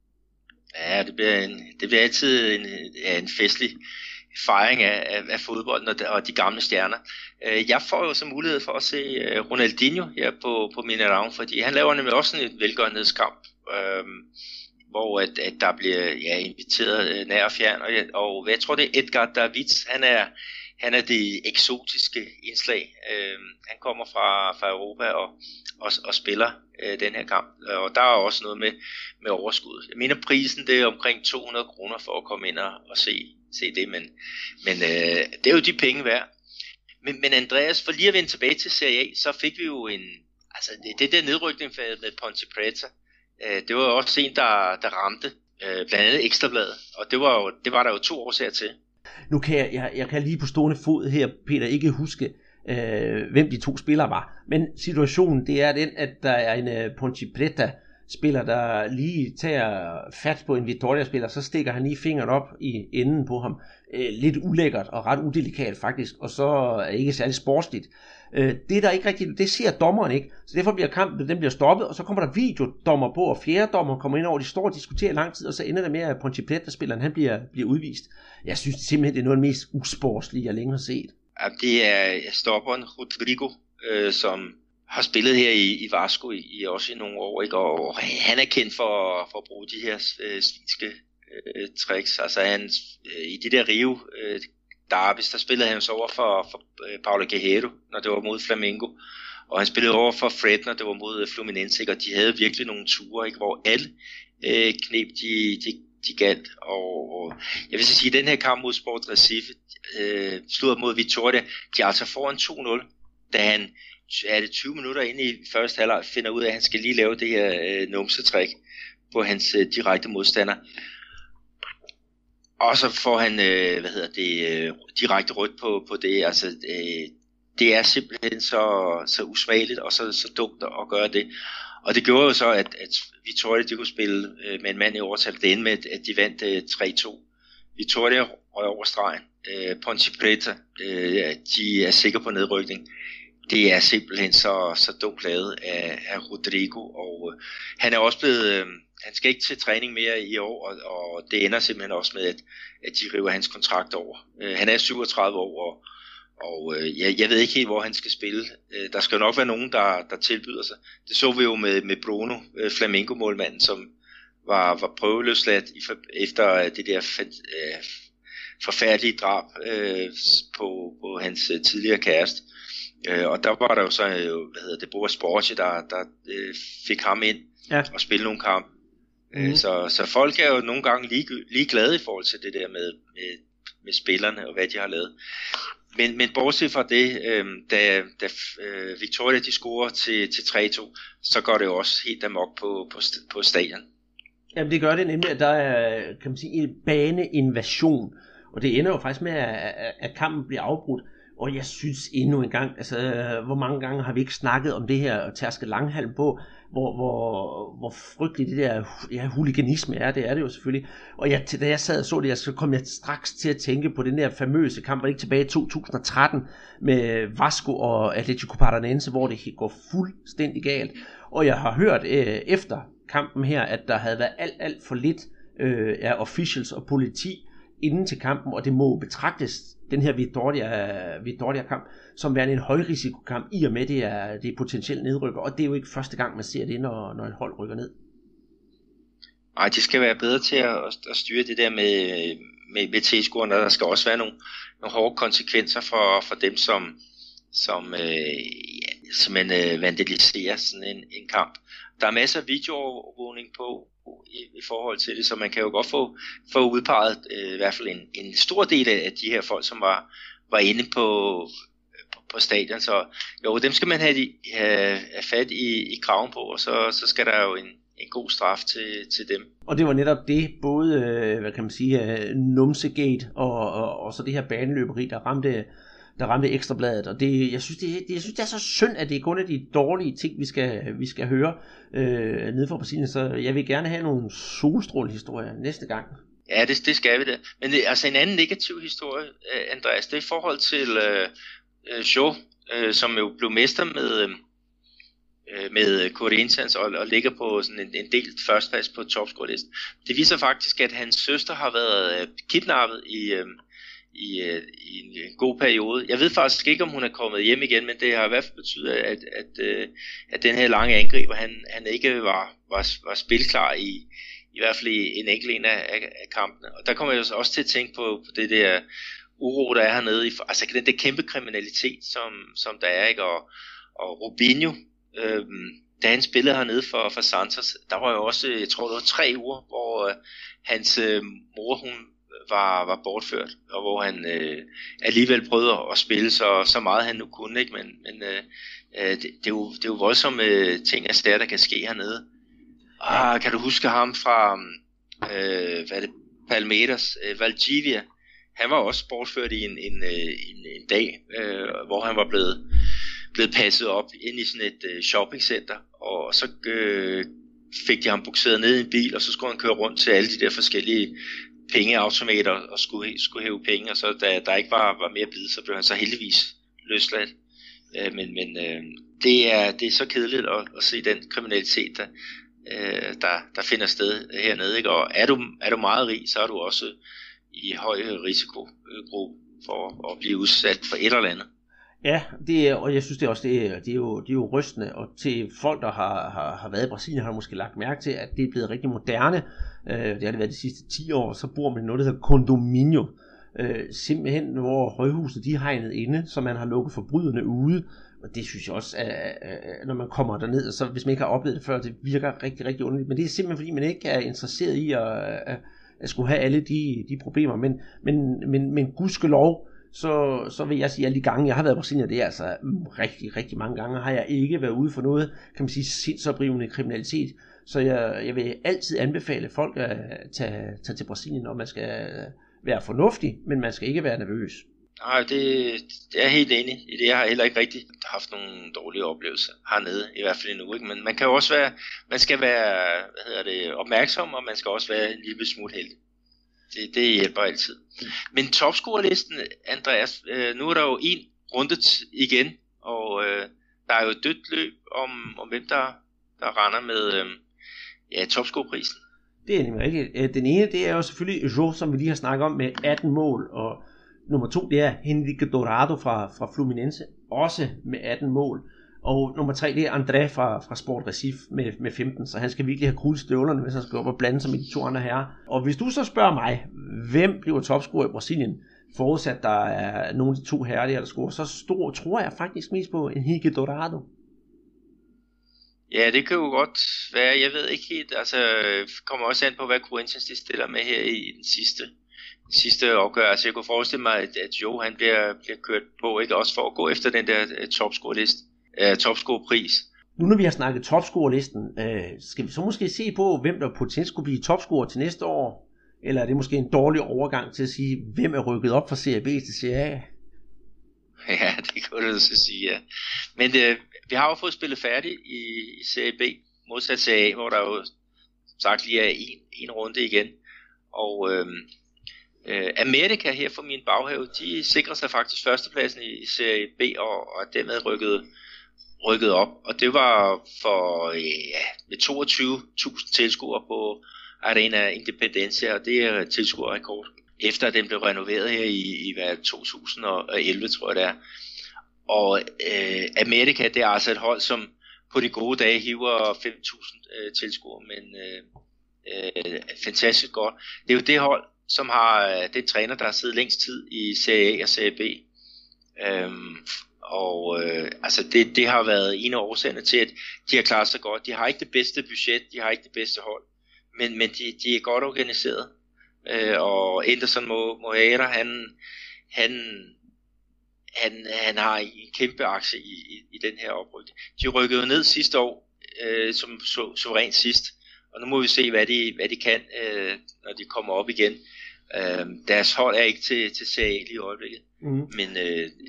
Ja, det bliver, en, det bliver altid en, ja, en festlig fejring af, af, af fodbolden og de, og de gamle stjerner. Jeg får jo så mulighed for at se Ronaldinho her på, på Mineirão, fordi han laver nemlig også sådan et velgørenhedskamp, øhm, hvor at, at der bliver ja, inviteret nær og fjern, og jeg, og jeg tror det er Edgar Davids, han er, han er det eksotiske indslag. Øhm, han kommer fra, fra Europa og, og, og spiller øh, den her kamp, og der er også noget med, med overskud. Jeg mener prisen det er omkring to hundrede kroner for at komme ind og, og se, se det, men, men øh, det er jo de penge værd. Men, men Andreas, for lige at vende tilbage til Serie A, så fik vi jo en, altså det, det der nedrykning med Ponte Preta, øh, det var jo også en, der, der ramte øh, blandt andet Ekstrabladet, og det var, jo, det var der jo to årsager til. Nu kan jeg, jeg, jeg kan lige på stående fod her, Peter, ikke huske, øh, hvem de to spillere var, men situationen det er den, at der er en uh, Ponte Preta spiller, der lige tager fat på en Vitória-spiller, så stikker han lige fingeren op i enden på ham. Øh, lidt ulækkert og ret udelikat faktisk, og så er ikke særlig sportsligt. Øh, det er der ikke rigtigt, det ser dommeren ikke, så derfor bliver kampen, den bliver stoppet, og så kommer der videodommer på, og fjerde dommer kommer ind over, de står og diskuterer i lang tid, og så ender det med, at Ponte Preta-spilleren, han bliver, bliver udvist. Jeg synes simpelthen, det er noget af det mest usportslige, jeg længe har set. Ja, det er stopperen Rodrigo, øh, som har spillet her i, i Vasco i, i også i nogle år, ikke? Og, og han er kendt for, for at bruge de her øh, svinske øh, tricks. Altså han, øh, i de der Rio øh, derbys, der spillede han så over for, for øh, Paulo Guerreiro, når det var mod Flamengo, og han spillede over for Fred, når det var mod Fluminense, ikke? Og de havde virkelig nogle ture, ikke? Hvor alle øh, knep de, de, de galt. Og, og jeg vil så sige, at den her kamp mod Sport Recife øh, slutter mod Vitória, de er altså foran to nul, da han er det tyve minutter inde i første halvleg finder ud af, at han skal lige lave det her øh, numsetrik på hans øh, direkte modstander. Og så får han, øh, hvad hedder det, øh, direkte rødt på, på det. Altså, øh, det er simpelthen så, så usmageligt og så, så dumt at gøre det. Og det gjorde jo så, at, at Vitória, de kunne spille øh, med en mand i overtal. Det endte med, at de vandt øh, tre to. Vitória røg over stregen. Øh, Ponte Preta, øh, de er sikre på nedrykning. Det er simpelthen så, så dumt lavet af, af Rodrigo, og øh, han er også blevet, øh, han skal ikke til træning mere i år, og, og det ender simpelthen også med, at, at de river hans kontrakt over. Øh, han er syvogtredive år, og, og øh, jeg, jeg ved ikke helt, hvor han skal spille. Øh, der skal jo nok være nogen, der, der tilbyder sig. Det så vi jo med, med Bruno, øh, Flamengo-målmanden, som var, var prøveløsladt efter det der øh, forfærdelige drab øh, på, på hans øh, tidligere kæreste. Øh, og der var der jo så, øh, hvad hedder det, Boas Borge, der, der øh, fik ham ind ja. og spille nogle kampe. Mm. Øh, så, så folk er jo nogle gange lige, lige glade i forhold til det der med, med, med spillerne og hvad de har lavet. Men, men bortset fra det, øh, da, da øh, Vitória de scorer til, til tre to, så går det jo også helt amok på, på, på stadion. Jamen det gør det nemlig, at der er, kan man sige, en baneinvasion, og det ender jo faktisk med, at, at kampen bliver afbrudt. Og jeg synes endnu en gang, altså hvor mange gange har vi ikke snakket om det her tærske langhalm på, hvor, hvor, hvor frygteligt det der ja, huliganisme er, det er det jo selvfølgelig. Og jeg, da jeg sad og så det, så kom jeg straks til at tænke på den der famøse kamp, var det ikke tilbage i to tusind og tretten, med Vasco og Atlético Paranaense, hvor det går fuldstændig galt. Og jeg har hørt øh, efter kampen her, at der havde været alt, alt for lidt øh, af officials og politi inden til kampen, og det må betragtes, den her Vitória-kamp, som værende en højrisikokamp, i og med det er, det er potentielt nedrykker, og det er jo ikke første gang, man ser det, når, når et hold rykker ned. Nej, de skal være bedre til at, at styre det der med, med, med tilskuerne, og der skal også være nogle, nogle hårde konsekvenser for, for dem, som, som, øh, som man øh, vandaliserer sådan en, en kamp. Der er masser af videoovervågning på i, i forhold til det, så man kan jo godt få, få udpeget øh, i hvert fald en, en stor del af de her folk, som var, var inde på, på, på stadion. Så jo, dem skal man have, de, have, have fat i, i kraven på, og så, så skal der jo en, en god straf til, til dem. Og det var netop det, både hvad kan man sige, numsegate og, og, og så det her baneløberi, der ramte der ramte Ekstrabladet, og det, jeg, synes, det, det, jeg synes, det er så synd, at det er kun af de dårlige ting, vi skal, vi skal høre øh, nede fra Brasilien, så jeg vil gerne have nogle solstrålehistorier næste gang. Ja, det, det skal vi da. Men det, altså en anden negativ historie, Andreas, det er i forhold til øh, Joe, øh, som jo blev mester med, øh, med Corinthians og, og ligger på sådan en, en del førsteplads på topscorelisten. Det viser faktisk, at hans søster har været øh, kidnappet i, øh, i, øh, i en god periode. Jeg ved faktisk ikke, om hun er kommet hjem igen, men det har i hvert fald betydet, at, at, at, at den her lange angriber, han, han ikke var, var, var spilklar i i hvert fald i en enkelt en af, af, af kampene. Og der kommer jeg også til at tænke på, på det der uro, der er hernede. I, altså den der kæmpe kriminalitet, som, som der er, ikke? Og, og Robinho, øhm, da han spillede hernede for, for Santos, der var jo også, jeg tror det var tre uger, hvor øh, hans øh, mor, hun var, var bortført, og hvor han øh, alligevel prøvede at spille så, så meget han nu kunne, ikke? Men, men øh, det, det, er jo, det er jo voldsomme ting af steder, der kan ske hernede. Ah, kan du huske ham fra øh, hvad er det, Palmeiras, øh, Valdivia? Han var også bortført i en, en, en, en dag, øh, hvor han var blevet, blevet passet op ind i sådan et øh, shoppingcenter, og så øh, fik de ham bukseret ned i en bil, og så skulle han køre rundt til alle de der forskellige pengeautomater og skulle, skulle hæve penge, og så da der ikke var, var mere bid, så blev han så heldigvis løsladt. Øh, men men øh, det, er, det er så kedeligt at, at se den kriminalitet, der Øh, der, der finder sted hernede, ikke? Og er du, er du meget rig, så er du også i høj risikogruppe for at blive udsat for et eller andet. Ja, det er, og jeg synes det er også det er, det er jo det er jo rystende, og til folk der har, har, har været i Brasilien har måske lagt mærke til, at det er blevet rigtig moderne. Øh, det har det været de sidste ti år, så bor man noget der hedder condominio. Øh, simpelthen hvor højhuset de er hegnet inde, så man har lukket forbryderne ude. Og det synes jeg også, at når man kommer derned, så hvis man ikke har oplevet det før, det virker rigtig, rigtig underligt. Men det er simpelthen fordi, man ikke er interesseret i at, at, at skulle have alle de, de problemer. Men, men, men, men gudskelov, så, så vil jeg sige, at alle de gange, jeg har været i Brasilien, det er altså rigtig, rigtig mange gange, har jeg ikke været ude for noget, kan man sige, sindsoprivende kriminalitet. Så jeg, jeg vil altid anbefale folk at tage, tage til Brasilien, og man skal være fornuftig, men man skal ikke være nervøs. Nej, det, det er jeg helt enig i det. Jeg har heller ikke rigtig haft nogle dårlige oplevelser hernede, i hvert fald endnu, ikke? Men man kan jo også være, man skal være, hvad hedder det, opmærksom, og man skal også være en lille smule heldig. Det, det hjælper altid. Men topscorerlisten, Andreas, øh, nu er der jo en runde igen, og øh, der er jo et dødt løb om, om hvem der, der render med øh, ja, topscorerprisen. Det er nemlig rigtigt. Den ene, det er jo selvfølgelig Joe, som vi lige har snakket om, med atten mål, og nummer to, det er Henrique Dourado fra, fra Fluminense, også med atten mål. Og nummer tre, det er André fra, fra Sport Recife med, med femten, så han skal virkelig have krudtet støvlerne, hvis han skal op og blande sig med de to andre herrer. Og hvis du så spørger mig, hvem bliver topscorer i Brasilien, forudsat der er nogle af de to herrer, der, der scorer, så stor, tror jeg faktisk mest på Henrique Dourado. Ja, det kan jo godt være. Jeg ved ikke helt, altså kommer også an på, hvad Corinthians de stiller med her i den sidste sidste opgør. Altså jeg kunne forestille mig, at, at Joe han bliver, bliver kørt på, ikke også for at gå efter den der uh, topscore-list, uh, topscore-pris. Nu når vi har snakket topscore-listen, uh, skal vi så måske se på, hvem der potentielt skulle blive topscorer til næste år? Eller er det måske en dårlig overgang til at sige, hvem er rykket op fra Serie B til Serie A? Ja, det kunne du så sige, ja. Men uh, vi har jo fået spillet færdigt i, i Serie B, modsat Serie A, hvor der jo sagt lige er en, en runde igen. Og uh, Uh, Amerika her fra min baghave, de sikrer sig faktisk førstepladsen i, i Serie B og, og er dermed rykket, rykket op. Og det var for ja, med toogtyve tusind tilskuere på Arena Independencia, og det er tilskuerrekord. Efter at den blev renoveret her i, i hvad, to tusind og elleve, tror jeg det er. Og uh, Amerika, det er altså et hold, som på de gode dage hiver fem tusind uh, tilskuere, men uh, uh, fantastisk godt. Det er jo det hold, som har den træner, der har siddet længst tid i Serie A og Serie B. Øhm, og øh, altså det, det har været en af årsagerne til, at de har klaret sig godt. De har ikke det bedste budget, de har ikke det bedste hold, men, men de, de er godt organiseret. Øh, og Anderson Moreira, han, han, han, han har en kæmpe aktie i, i, i den her oprykning. De rykkede ned sidste år, øh, som su- suverænt sidst. Og nu må vi se, hvad de, hvad de kan, øh, når de kommer op igen. Øh, deres hold er ikke til, til Serie A lige i øjeblikket. Mm. Men øh,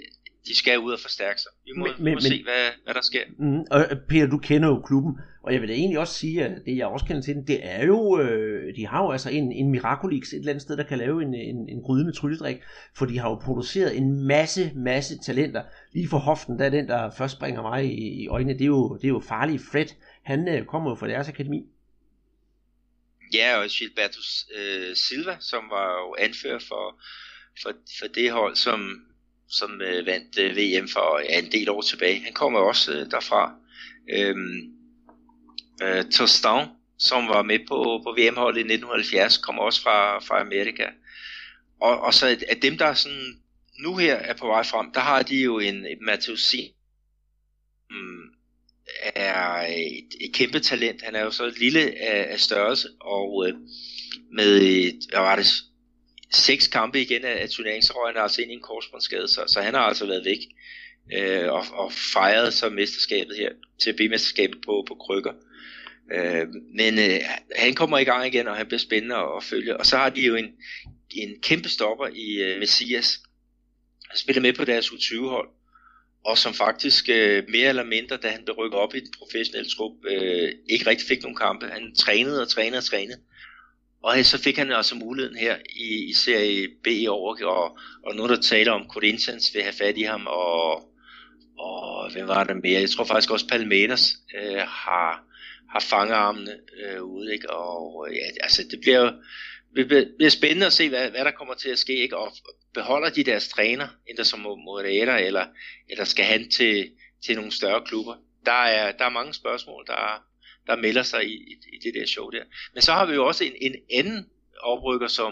de skal ud og forstærke sig. Vi må, men, må se, hvad, hvad der sker. Mm, og Peter, du kender jo klubben, og jeg vil da egentlig også sige, at det jeg også kender til den, det er jo, øh, de har jo altså en, en Miraculix et eller andet sted, der kan lave en, en, en gryde med trylledrik, for de har jo produceret en masse, masse talenter. Lige for hoften, der er den, der først springer mig i, i øjnene, det er jo, det er jo farlig Fred. Han øh, kommer jo fra deres akademi. Ja, og Gilberto øh, Silva, som var jo anfører for, for, for det hold, som, som øh, vandt øh, V M for ja, en del år tilbage. Han kommer også øh, derfra. Øhm, øh, Tostan, som var med på, på V M-holdet i nitten halvfjerds, kommer også fra, fra Amerika. Og, og så af dem, der sådan, nu her er på vej frem, der har de jo en, en Mateusin, um, er et, et kæmpe talent. Han er jo så lille af, af størrelse, og øh, med et, hvad var det, seks kampe igen af, af turneringsrøjen, har altså ind i en korsbåndsskade, så, så han har altså været væk øh, og, og fejret så mesterskabet her til B-mesterskabet på, på krykker. Øh, men øh, han kommer i gang igen, og han bliver spændende at, at følge. Og så har de jo en, en kæmpe stopper i øh, Messias, han spiller med på deres U tyve hold, og som faktisk øh, mere eller mindre, da han blev rykket op i den professionelle trup, øh, ikke rigtig fik nogen kampe. Han trænede og trænede og trænede. Og så fik han altså muligheden her i, i Serie B i år, og, og nu der taler om Corinthians vil have fat i ham, og, og hvem var der mere? Jeg tror faktisk også Palmeiras øh, har, har fangerarmene øh, ude, ikke? Og ja, altså det bliver jo det bliver spændende at se, hvad, hvad der kommer til at ske, ikke? Og beholder de deres træner, enten som Moreira, eller, eller skal han til, til nogle større klubber? Der er, der er mange spørgsmål, der, der melder sig i, i, i det der show der. Men så har vi jo også en, en anden oprykker, som,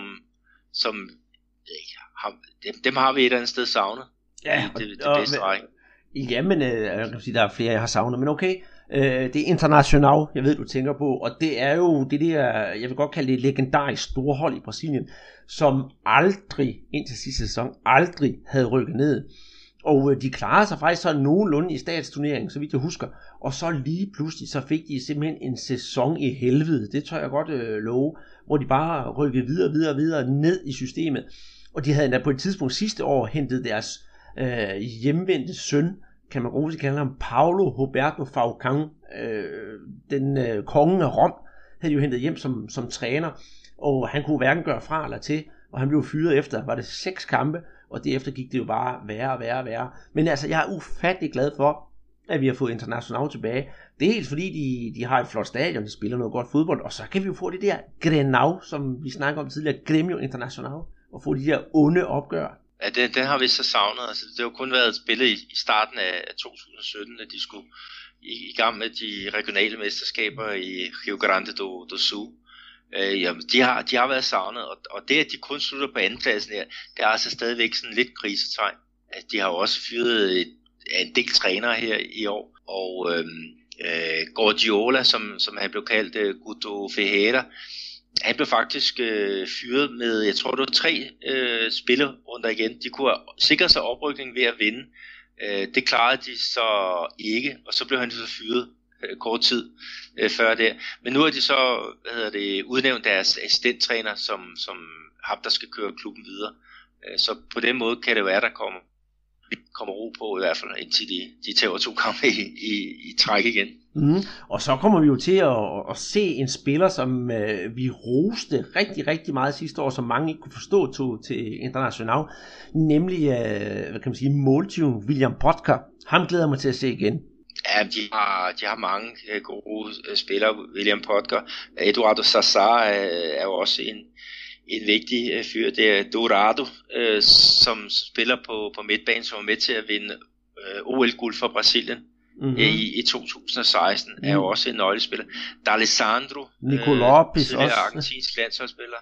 som ikke, har, dem, dem har vi et eller andet sted savnet. Ja, det, det og, bedste række. Jamen, øh, jeg kan sige, der er flere, jeg har savnet, men okay. Øh, det er Internacional, jeg ved, du tænker på, og det er jo det der, jeg vil godt kalde det et legendarisk storhold i Brasilien, som aldrig, indtil sidste sæson, aldrig havde rykket ned. Og øh, de klarede sig faktisk så nogenlunde i statsturneringen, så vidt jeg husker, og så lige pludselig, så fik de simpelthen en sæson i helvede, det tør jeg godt øh, love, hvor de bare rykkede videre, videre, videre ned i systemet. Og de havde endda på et tidspunkt sidste år hentet deres øh, hjemvendte søn, kan man roligt kalde ham, Paulo Roberto Falcão, øh, den øh, kongen af Rom, havde jo hentet hjem som, som træner, og han kunne hverken gøre fra eller til, og han blev fyret efter, var det seks kampe, og derefter gik det jo bare værre og værre og værre. Men altså, jeg er ufattelig glad for, at vi har fået Internacional tilbage. Dels fordi de, de har et flot stadion, de spiller noget godt fodbold, og så kan vi jo få det der Grenal, som vi snakker om tidligere, Grêmio Internacional, og få de der onde opgør. Ja, den, den har vi så savnet. Altså, det har jo kun været spillet i, i starten af to tusind og sytten, at de skulle i, i gang med de regionale mesterskaber i Rio Grande do, do Sul. Øh, jamen, de, har, de har været savnet, og, og det, at de kun slutter på andenpladsen her, det er altså stadigvæk sådan lidt krisetegn. Altså, de har jo også fyret et, en del trænere her i år, og øhm, øh, Guardiola, som, som han blev kaldt, øh, Guto Ferreira, han blev faktisk øh, fyret med, jeg tror det var tre øh, spillerunder igen. De kunne sikre sig oprykning ved at vinde. Øh, det klarede de så ikke, og så blev han så fyret øh, kort tid øh, før det. Men nu har de så hvad hedder det, udnævnt deres assistenttræner, som, som ham, der skal køre klubben videre. Øh, så på den måde kan det være, der kommer, kommer ro på i hvert fald, indtil de, de tager to kampe i, i, i træk igen. Mm. Og så kommer vi jo til at, at se en spiller, som øh, vi roste rigtig, rigtig meget sidste år, som mange ikke kunne forstå tog til Internacional, nemlig øh, hvad kan man sige, måltyven William Potker. Ham glæder mig til at se igen. Ja, de har, de har mange øh, gode øh, spillere. William Potker, Eduardo Sassá er, er jo også en, en vigtig øh, fyr. Det er Dourado, øh, som spiller på, på midtbanen, som er med til at vinde øh, O L-guld for Brasilien. Mm-hmm. I, i to tusind og seksten mm. er jo også en nøglespiller. D'Alessandro, Nico Lopez, tidligere også argentinsk landsholdsspiller,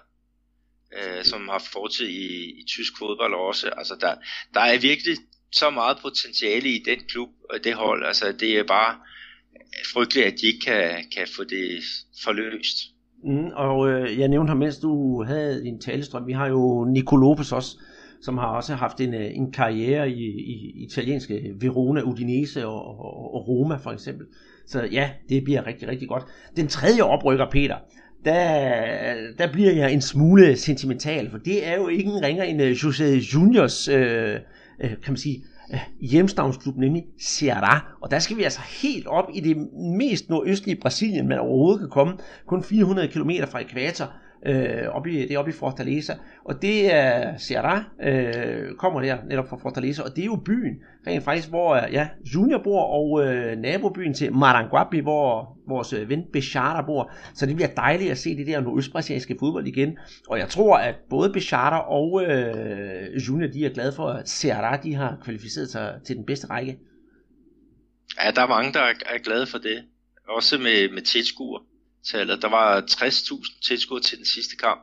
øh, som har fortid i, i tysk fodbold også. Altså der, der er virkelig så meget potentiale i den klub og det hold. Altså det er bare frygteligt, at de ikke kan, kan få det forløst. Mm, og øh, jeg nævnte ham, mens du havde en talestrøm. Vi har jo Nico Lopez også, som har også haft en, en karriere i, i italienske Verona, Udinese og, og, og Roma for eksempel. Så ja, det bliver rigtig, rigtig godt. Den tredje oprykker, Peter, der, der bliver jeg en smule sentimental, for det er jo ikke en ringer end José Juniors, øh, kan man sige, hjemstavnsklub, nemlig Ceará. Og der skal vi altså helt op i det mest nordøstlige Brasilien, man overhovedet kan komme. Kun fire hundrede kilometer fra ækvator. Øh, op i, det er oppe i Fortaleza, og det er Ceará, øh, kommer der netop fra Fortaleza, og det er jo byen, rent faktisk, hvor ja, Junior bor, og øh, nabobyen til Maranguapi, hvor vores øh, ven Bechara bor, så det bliver dejligt at se det der nordøstbrasilianske fodbold igen, og jeg tror, at både Bechara og øh, Junior, de er glade for, at Ceará, de har kvalificeret sig til den bedste række. Ja, der er mange, der er glade for det, også med, med tilskuere. Der var tres tusind tilskuere til den sidste kamp,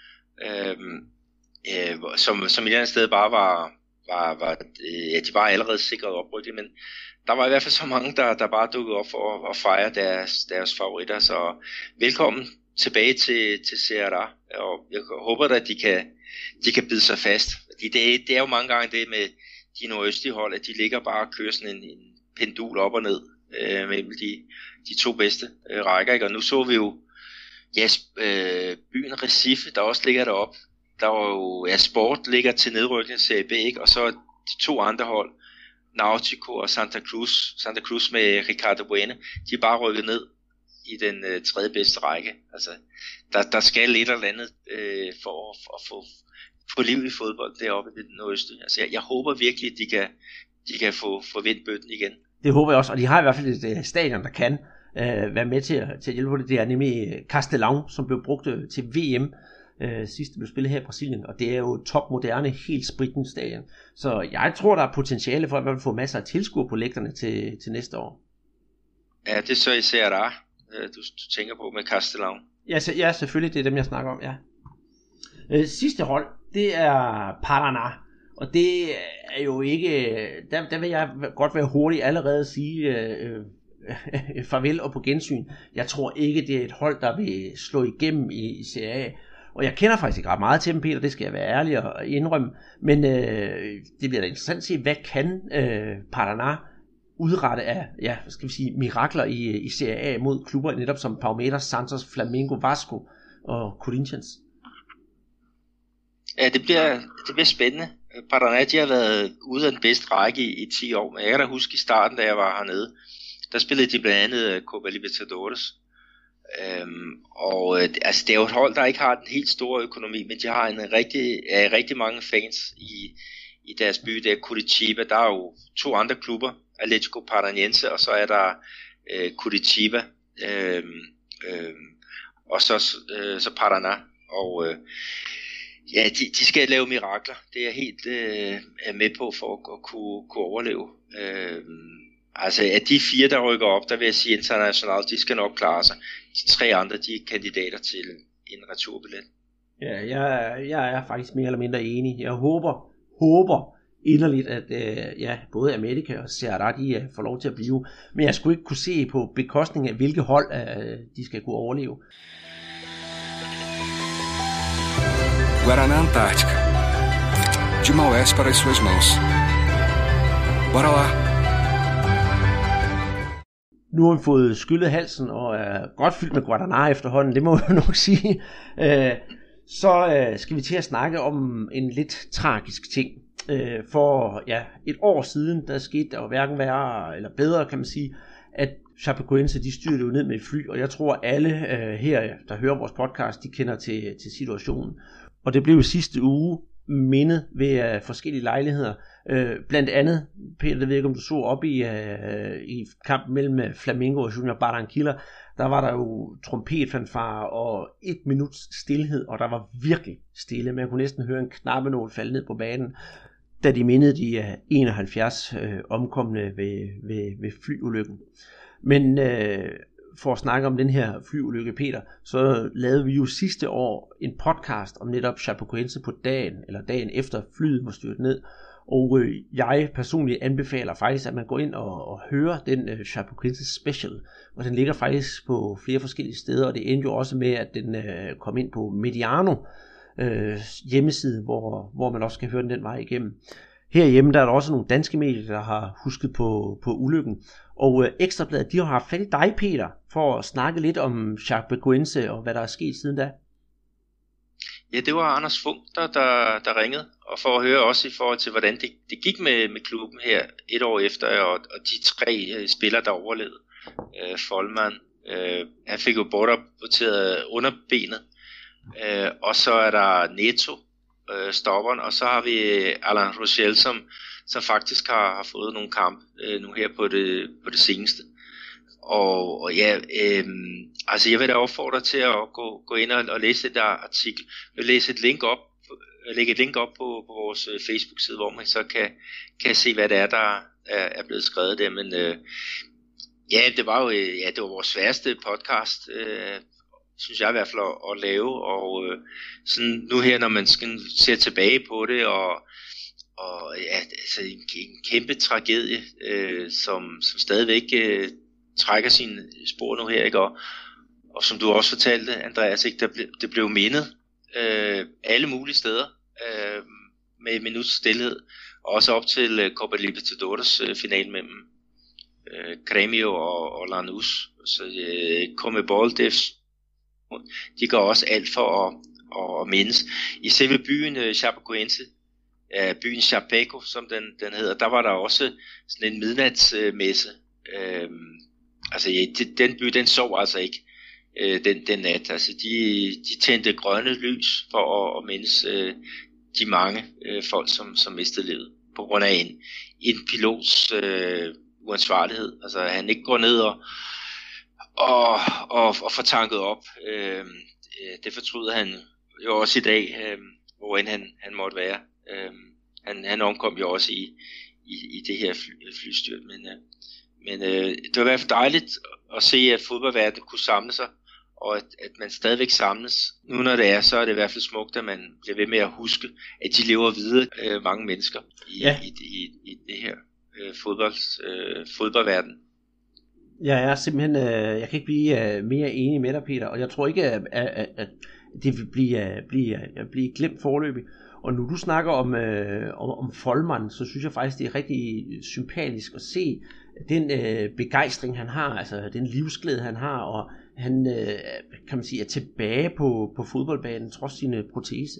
øhm, øh, som, som i et andet sted bare var, var, var ja, de var allerede sikret oprykning, men der var i hvert fald så mange, der, der bare dukkede op for at, at fejre deres, deres favoritter, så velkommen tilbage til, til Ceará, og jeg håber da, at de kan, de kan bide sig fast, fordi det, det er jo mange gange det med de nordøstlige hold, at de ligger bare og kører sådan en, en pendul op og ned, Øh, mellem de, de to bedste øh, rækker, ikke? Og nu så vi jo ja, øh, byen Recife, der også ligger deroppe. Der var jo, ja, Sport ligger til nedrykning Serie B, ikke? Og så de to andre hold, Náutico og Santa Cruz, Santa Cruz med Ricardo Bueno, de er bare rykket ned i den øh, tredje bedste række. Altså, der, der skal lidt eller andet øh, for at, for at få, få liv i fodbold deroppe i den nordøstlige. Altså, jeg, jeg håber virkelig, at de kan, de kan få, få vendt bøtten igen. Det håber jeg også, og de har i hvert fald et uh, stadion, der kan uh, være med til at, til at hjælpe på det. Det er nemlig Castelão, som blev brugt uh, til V M uh, sidst det blev spillet her i Brasilien, og det er jo topmoderne, helt spritnyt stadion. Så jeg tror, der er potentiale for at man få masser af tilskuere på lægterne til, til næste år. Ja, det er så især der, uh, du, du tænker på med Castelão. Ja, så, ja, selvfølgelig, det er dem, jeg snakker om, ja. Uh, sidste hold, det er Paraná. Og det er jo ikke, der, der vil jeg godt være hurtig allerede sige øh, øh, farvel og på gensyn. Jeg tror ikke, det er et hold, der vil slå igennem i, i Serie A. Og jeg kender faktisk ikke ret meget til dem, Peter, det skal jeg være ærlig og indrømme. Men øh, det bliver da interessant at se, hvad kan øh, Paraná udrette af, ja, hvad skal vi sige, mirakler i, i Serie A mod klubber netop som Palmeiras, Santos, Flamengo, Vasco og Corinthians. Ja, det bliver, det bliver spændende. Paraná, de har været ude af den bedste række i, i ti år, men jeg kan da huske i starten, da jeg var hernede, der spillede de blandt andet Copa Libertadores. Øhm, og altså, det er jo et hold, der ikke har den helt store økonomi, men de har en rigtig, ja, rigtig mange fans i, i deres by, der er Curitiba. Der er jo to andre klubber, Atlético Paranaense, og så er der øh, Curitiba, øh, øh, og så, øh, så Paraná, og øh, ja, de, de skal lave mirakler. Det er jeg helt øh, med på for at, at kunne, kunne overleve. Øh, altså af de fire, der rykker op, der vil jeg sige internationalt, de skal nok klare sig. De tre andre, de er kandidater til en returbillet. Ja, jeg, jeg er faktisk mere eller mindre enig. Jeg håber, håber inderligt, at øh, ja, både Amerika og Ceará, de øh, får lov til at blive. Men jeg skulle ikke kunne se på bekostning af, hvilke hold øh, de skal kunne overleve. Guaraná Antártica. De Maués para as suas mãos. Bora lá. Nu har vi fået skyllet halsen og er godt fyldt med Guaraná efterhånden, det må jeg nok sige. Så skal vi til at snakke om en lidt tragisk ting. For ja, et år siden, der skete der jo hverken værre eller bedre, kan man sige, at Chapecoense, de styrte jo ned med et fly, og jeg tror alle her, der hører vores podcast, de kender til, til situationen. Og det blev sidste uge mindet ved uh, forskellige lejligheder. Uh, blandt andet, Peter, det ved jeg ikke, om du så op i, uh, i kampen mellem Flamengo og Junior Barranquilla, der var der jo trompetfanfare og et minuts stillhed, og der var virkelig stille. Man kunne næsten høre en knappenål falde ned på banen, da de mindede de uh, enoghalvfjerds uh, omkomne ved, ved, ved flyulykken. Men uh, for at snakke om den her flyulykke, Peter, så lavede vi jo sidste år en podcast om netop Chapecoense på dagen, eller dagen efter flyet var styrt ned, og øh, jeg personligt anbefaler faktisk, at man går ind og, og hører den øh, Chapecoense special, og den ligger faktisk på flere forskellige steder, og det endte jo også med, at den øh, kom ind på Mediano øh, hjemmeside, hvor, hvor man også kan høre den den vej igennem. Herhjemme der er der også nogle danske medier, der har husket på, på ulykken. Og øh, Ekstrabladet, de har haft fat i dig, Peter, for at snakke lidt om Chapecoense og hvad der er sket siden da. Ja, det var Anders Funk, der, der, der ringede, og for at høre også i forhold til, hvordan det, det gik med, med klubben her et år efter, og, og de tre øh, spillere, der overlevede. Øh, Folman, øh, han fik jo bortamputeret underbenet, øh, og så er der Neto, øh, stopperen, og så har vi Alain Rochelle, som, som faktisk har, har fået nogle kampe øh, nu her på det, på det seneste. Og, og ja, øh, altså jeg vil da opfordre til at gå, gå ind og, og læse den der artikel. Jeg vil læse et link op, lægge et link op på, på vores Facebook-side, hvor man så kan, kan se, hvad det er, der er, er blevet skrevet der. Men øh, ja, det var jo ja, det var vores sværeste podcast, øh, synes jeg i hvert fald at, at lave. Og øh, sådan nu her, når man skal ser tilbage på det, og, og ja, altså en, en kæmpe tragedie, øh, som, som stadigvæk øh, trækker sine spor nu her, ikke? Og, og som du også fortalte, Andreas, ikke? Der ble, det blev mindet øh, alle mulige steder øh, med et minuts stillhed, også op til øh, Copa Libertadores øh, final mellem øh, Grêmio og, og Lanús. Så øh, Conmebol, de går også alt for at, at mindes. I selve byen øh, Chapecoense, øh, byen Chapeco, som den, den hedder, der var der også sådan en midnatsmesse. Øh, Altså ja, den by, den sov altså ikke øh, den, den nat. Altså de, de tændte grønne lys for at, at mindes øh, de mange øh, folk, som, som mistede livet på grund af en, en pilots øh, uansvarlighed. Altså han ikke går ned og, og, og, og får tanket op. Øh, det fortryder han jo også i dag, øh, hvor end han, han måtte være. Øh, han, han omkom jo også i, i, i det her fly, flystyrt, men... Øh, Men øh, det var i hvert fald dejligt at se, at fodboldverdenen kunne samle sig, og at, at man stadigvæk samles. Nu når det er, så er det i hvert fald smukt, at man bliver ved med at huske, at de lever videre, øh, mange mennesker, i, ja. i, i, i det her øh, fodbold, øh, fodboldverden. Ja, jeg er simpelthen, øh, jeg kan ikke blive øh, mere enig med dig, Peter, og jeg tror ikke, at, at, at det vil blive, uh, blive, uh, blive glemt foreløbig. Og når du snakker om, øh, om, om Folman, så synes jeg faktisk, det er rigtig sympatisk at se den øh, begejstring, han har, altså den livsglæde, han har, og han, øh, kan man sige, er tilbage på, på fodboldbanen, trods sine protese.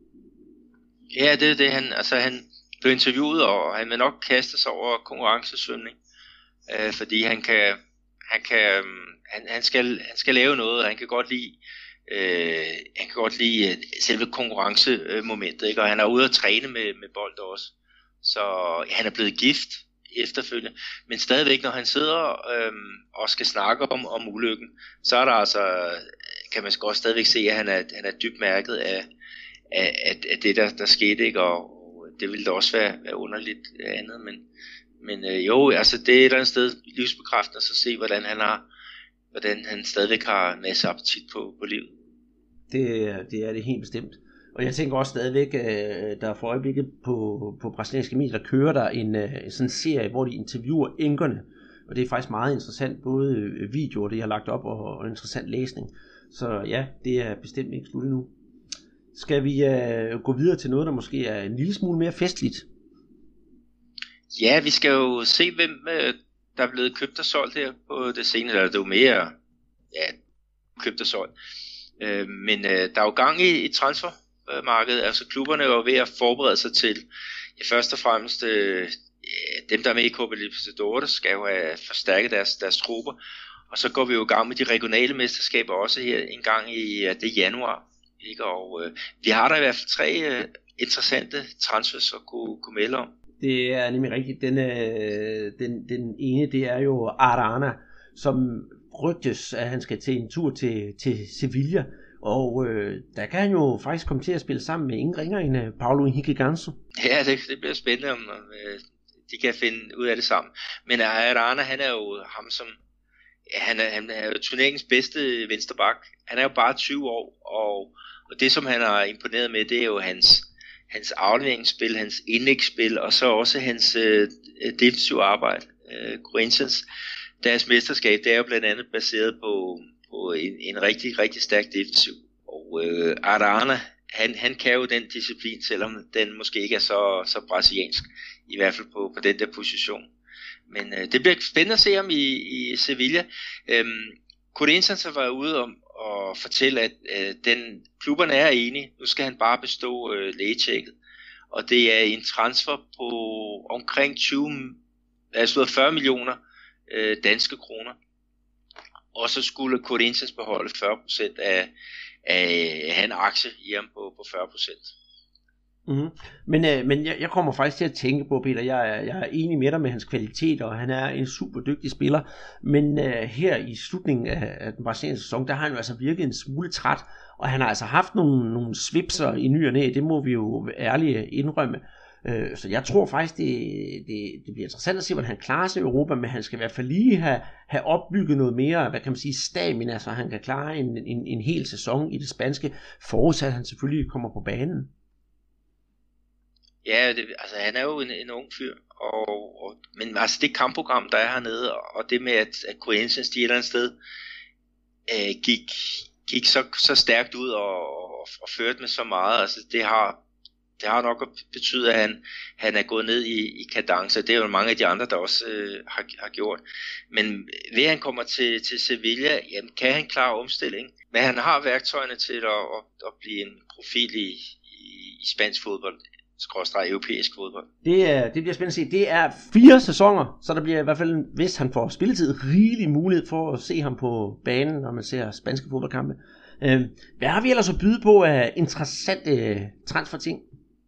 Ja, det er det. Han, altså, han blev interviewet, og han vil nok kaste sig over konkurrencesvømning, øh, fordi han kan, han kan, han, han skal, han skal lave noget, og han kan godt lide, øh, han kan godt lide selve konkurrencemomentet, ikke? Og han er ude at træne med, med bold også, så ja, han er blevet gift efterfølgende, men stadigvæk når han sidder øhm, og skal snakke om, om ulykken, så er der altså, kan man også stadigvæk se, at han er, han er dybt mærket af, af, af, af det der, der skete, ikke? Og, og det ville da også være, være underligt andet, men, men øh, jo, altså det er et eller andet sted livsbekræftende at se, hvordan han har, hvordan han stadigvæk har en masse appetit på, på livet. Det, det er det helt bestemt. Og jeg tænker også stadigvæk, der for øjeblikket på, på brasilianske medier, der kører der en, en sådan serie, hvor de interviewer enkerne. Og det er faktisk meget interessant, både videoer, det jeg har lagt op, og, og interessant læsning. Så ja, det er bestemt ikke slut endnu. Skal vi uh, gå videre til noget, der måske er en lille smule mere festligt? Ja, vi skal jo se, hvem der er blevet købt og solgt her på det senere. Eller det er jo mere ja, købt og solgt. Øh, men øh, der er jo gang i, i transfermarkedet. Altså klubberne er jo ved at forberede sig til, ja, først og fremmest øh, dem, der er med i Copa Libertadores, skal jo have forstærket deres, deres trupper. Og så går vi jo i gang med de regionale mesterskaber også her en gang i ja, det januar. Ikke? Og øh, vi har der i hvert fald tre øh, interessante transfers at kunne, kunne melde om. Det er nemlig rigtigt. Den, øh, den, den ene, det er jo Arana, som rygtes, at han skal til en tur til, til Sevilla. Og øh, der kan han jo faktisk komme til at spille sammen med ingen ringer end uh, Paulo Henrique Ganso. Ja, det, det bliver spændende, om øh, de kan finde ud af det sammen. Men Arana, han er jo ham som, ja, han, er, han er jo turneringens bedste vensterbak. Han er jo bare tyve år, og, og det som han har imponeret med, det er jo hans, hans afleveringsspil, hans indlægsspil, og så også hans øh, defensive arbejde. Øh, Corinthians, deres mesterskab, det er jo blandt andet baseret på, på en, en rigtig, rigtig stærk defensiv. Og øh, Arana, han, han kan jo den disciplin, selvom den måske ikke er så, så brasiliansk, i hvert fald på, på den der position. Men øh, det bliver spændende at se ham i, i Sevilla. Øhm, Corinthians var ude og, og fortælle, at øh, den, klubberne er enige. Nu skal han bare bestå øh, lægetjekket. Og det er en transfer på omkring tyve, altså fyrre millioner øh, danske kroner. Og så skulle Corinthians beholde fyrre procent af, af han aktie i ham på, på fyrre procent. Mm-hmm. Men, øh, men jeg, jeg kommer faktisk til at tænke på, Peter, jeg er, jeg er enig med dig med hans kvaliteter, og han er en super dygtig spiller, men øh, her i slutningen af, af den brasilianske sæson, der har han jo altså virket en smule træt, og han har altså haft nogle, nogle svipser i ny og næ, det må vi jo ærligt indrømme. Øh, så jeg tror faktisk, det, det, det bliver interessant at se, hvordan han klarer sig i Europa, men han skal i hvert fald lige have, have opbygget noget mere, hvad kan man sige, stamina, så han kan klare en, en, en hel sæson i det spanske, forudsat at han selvfølgelig kommer på banen. Ja, det, altså han er jo en, en ung fyr, og, og, men altså det kampprogram, der er hernede, og det med, at, at Corinthians de et eller andet sted øh, gik, gik så, så stærkt ud og, og, og ført med så meget, altså det har, det har nok betydet, at han, han er gået ned i, i kadence. Det er jo mange af de andre, der også øh, har, har gjort. Men ved at han kommer til, til Sevilla, jamen, kan han klare omstilling, men han har værktøjerne til at, at, at blive en profil i, i, i spansk fodbold. Skråstreg europæisk fodbold. Det, er, det bliver spændende at se. Det er fire sæsoner, så der bliver i hvert fald, hvis han får spilletid, rigelig mulighed for at se ham på banen, når man ser spanske fodboldkampe. Øh, hvad har vi ellers at byde på af interessante transferting?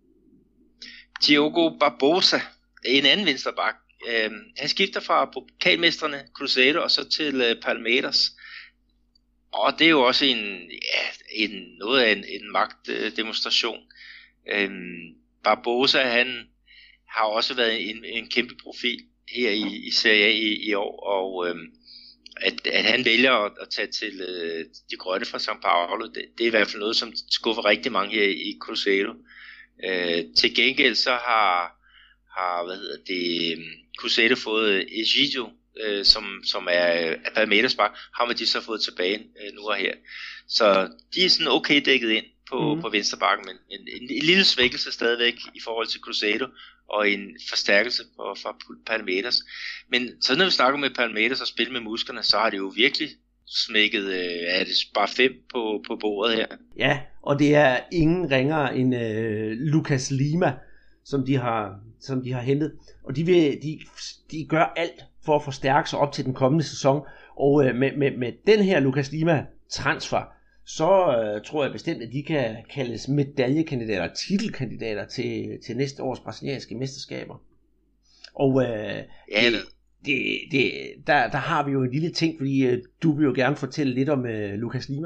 Diogo Barbosa, en anden venstreback. Øh, han skifter fra pokalmestrene Cruzeiro og så til øh, Palmeiras. Og det er jo også en, ja, en noget af en, en magtdemonstration. Øh, Barbosa, han har også været en, en kæmpe profil her i, i Serie A i, i år, og øhm, at, at han vælger at, at tage til øh, de grønne fra São Paulo, det, det er i hvert fald noget, som skuffer rigtig mange her i Cruzeiro. Øh, til gengæld så har, har hvad hedder det, Cruzeiro fået Egidio, øh, som, som er, er Palmeiras bak, har man de så fået tilbage øh, nu og her. Så de er sådan okay dækket ind på, mm. på venstrebakken, men en, en, en lille svækkelse stadigvæk i forhold til Cruzeiro, og en forstærkelse for, for Palmeiras. Men så når vi snakker med Palmeiras og spille med musklerne, så har det jo virkelig smækket, øh, er det bare fem på, på bordet her. Ja, og det er ingen ringere end øh, Lucas Lima, som de har, som de har hentet. Og de, vil, de, de gør alt for at forstærke sig op til den kommende sæson. Og øh, med, med, med den her Lucas Lima transfer, så øh, tror jeg bestemt, at de kan kaldes medaljekandidater, titelkandidater til, til næste års brasilianske mesterskaber. Og øh, ja, det, det, det, der, der har vi jo en lille ting, fordi øh, du vil jo gerne fortælle lidt om øh, Lucas Lima.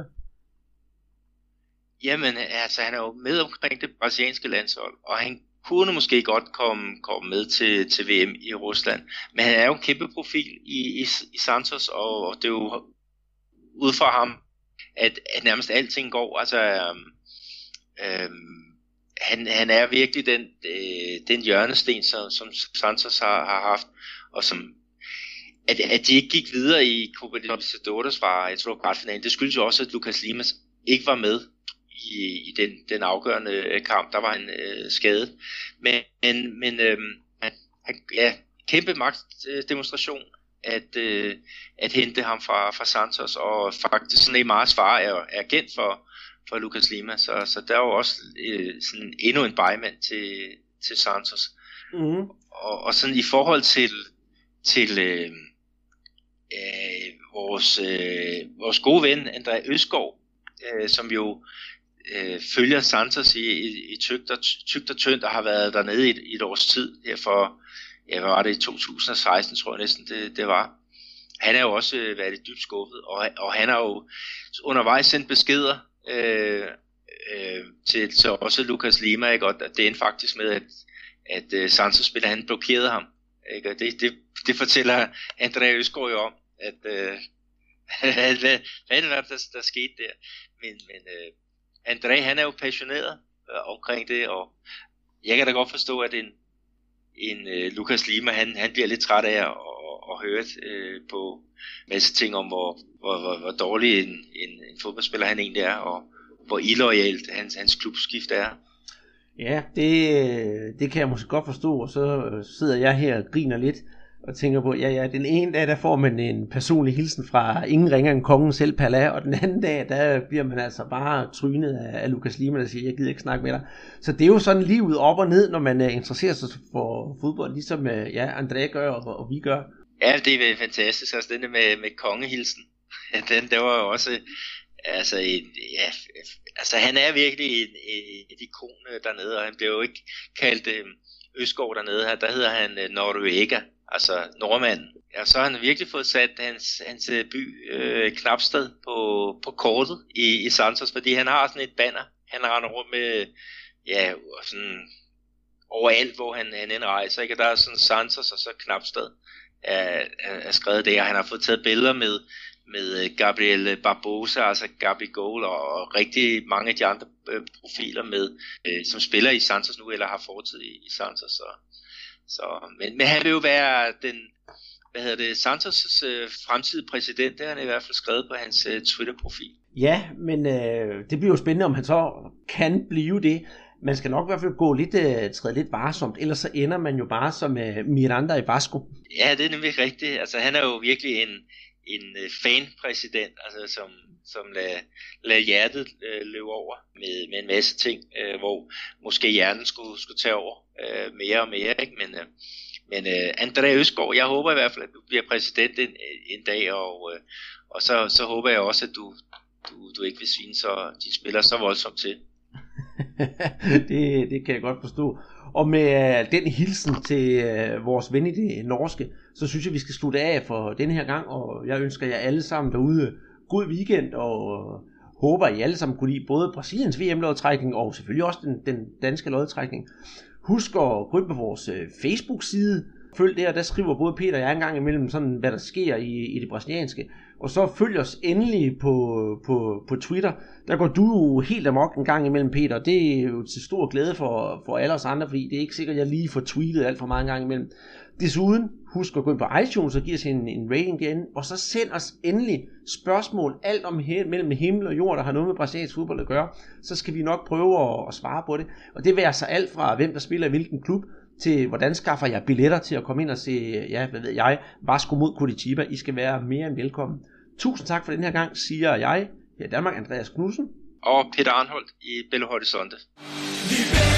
Jamen, altså han er jo med omkring det brasilianske landshold, og han kunne måske godt komme, komme med til, til V M i Rusland, men han er jo en kæmpe profil i, i, i Santos, og, og det er jo ud fra ham, At, at nærmest alting går. Altså, øhm, øhm, han, han er virkelig den, øh, den hjørnesten, som, som Santos har, har haft, og som at, at de ikke gik videre i Copa Libertadores var, jeg tror, kvartfinalen. Det skyldes jo også, at Lucas Lima ikke var med i, i den, den afgørende kamp. Der var han øh, skadet. Men, men, men øh, han, ja, kæmpe magtdemonstration. At, øh, at hente ham fra, fra Santos, og faktisk Neymars far er, er kendt for, for Lucas Lima, så, så der er jo også øh, sådan endnu en bejmand til, til Santos. Mm. Og, og sådan i forhold til, til øh, øh, vores, øh, vores gode ven, André Østgaard, øh, som jo øh, følger Santos i, i, i tygt, og, tygt og tyndt, og har været dernede i et, i et års tid her for, ja, hvad var det, i to tusind og seksten, tror jeg næsten, det, det var. Han har jo også været dybt skuffet, og, og han har jo undervejs sendt beskeder øh, øh, til, til også Lucas Lima, ikke? Og det endte faktisk med, at, at uh, Santos-spiller, han blokerede ham. Ikke? Og det, det, det fortæller André Østgaard jo om, at øh, hvad, hvad det var, der, der skete der. Men, men øh, André, han er jo passioneret øh, omkring det, og jeg kan da godt forstå, at en en uh, Lucas Lima, han, han bliver lidt træt af at, at, at høre uh, på en masse ting om, hvor, hvor, hvor, hvor dårlig en, en, en fodboldspiller han egentlig er, og hvor illoyalt hans, hans klubskift er. Ja, det, det kan jeg måske godt forstå, og så sidder jeg her og griner lidt, og tænker på, ja ja, den ene dag, der får man en personlig hilsen fra ingen ringer end kongen selv Pala, og den anden dag, der bliver man altså bare trynet af, af Lukas Lima, der siger, jeg gider ikke snakke med dig. Så det er jo sådan livet op og ned, når man uh, interesserer sig for fodbold, ligesom uh, ja, André gør, og, og vi gør. Ja, det er fantastisk, altså den med, med kongehilsen, den der var jo også, altså, en, ja, altså han er virkelig et, et ikon dernede, og han bliver jo ikke kaldt øh, Østgaard dernede her, der hedder han øh, Noruega, altså nordmanden. Ja, så har han virkelig fået sat hans, hans by øh, Knapsted på, på kortet i, i Santos, fordi han har sådan et banner, han render rundt med, ja, sådan overalt, hvor han, han indrejser, ikke? Og der er sådan Santos og så Knapsted er, er, er skrevet der, og han har fået taget billeder med med Gabriel Barbosa, altså Gabi Goal, og rigtig mange af de andre øh, profiler med, øh, som spiller i Santos nu, eller har fortid i, i Santos. Så, så, men, men han vil jo være den, hvad hedder det, Santos' øh, fremtidige præsident, det har han i hvert fald skrevet på hans øh, Twitter-profil. Ja, men øh, det bliver jo spændende, om han så kan blive det. Man skal nok i hvert fald gå lidt, øh, træde lidt varsomt, ellers så ender man jo bare som øh, Miranda i Vasco. Ja, det er nemlig rigtigt. Altså han er jo virkelig en en fanpræsident, altså som, som lader, lader hjertet øh, løbe over med, med en masse ting, øh, hvor måske hjernen skulle, skulle tage over øh, mere og mere, ikke? Men, øh, men øh, André Østgaard, jeg håber i hvert fald, at du bliver præsident en, en dag, og, øh, og så, så håber jeg også, at du, du, du ikke vil svine så, de spiller så voldsomt til. det, det kan jeg godt forstå. Og med uh, den hilsen til uh, vores ven i det norske, så synes jeg, vi skal slutte af for denne her gang, og jeg ønsker jer alle sammen derude god weekend, og uh, håber, I alle sammen kunne lide både Brasiliens V M-lodtrækning, og selvfølgelig også den, den danske lodtrækning. Husk at gå ind på vores uh, Facebook-side, følg der, der skriver både Peter og jeg en gang imellem, sådan, hvad der sker i, i det brasilianske. Og så følg os endelig på, på, på Twitter. Der går du jo helt amok en gang imellem, Peter. Det er jo til stor glæde for, for alle os andre, fordi det er ikke sikkert, at jeg lige får tweetet alt for mange gange imellem. Desuden, husk at gå ind på iTunes og give os en, en rating igen. Og så send os endelig spørgsmål, alt om he- mellem himmel og jord, der har noget med brasiliansk fodbold at gøre. Så skal vi nok prøve at, at svare på det. Og det vil altså alt fra, hvem der spiller i hvilken klub, til hvordan skaffer jeg billetter til at komme ind og se, ja, hvad ved jeg, Vasco mod Curitiba. I skal være mere end velkommen. Tusind tak for den her gang, siger jeg her i Danmark, Andreas Knudsen og Peter Arnholdt i Belo Horizonte.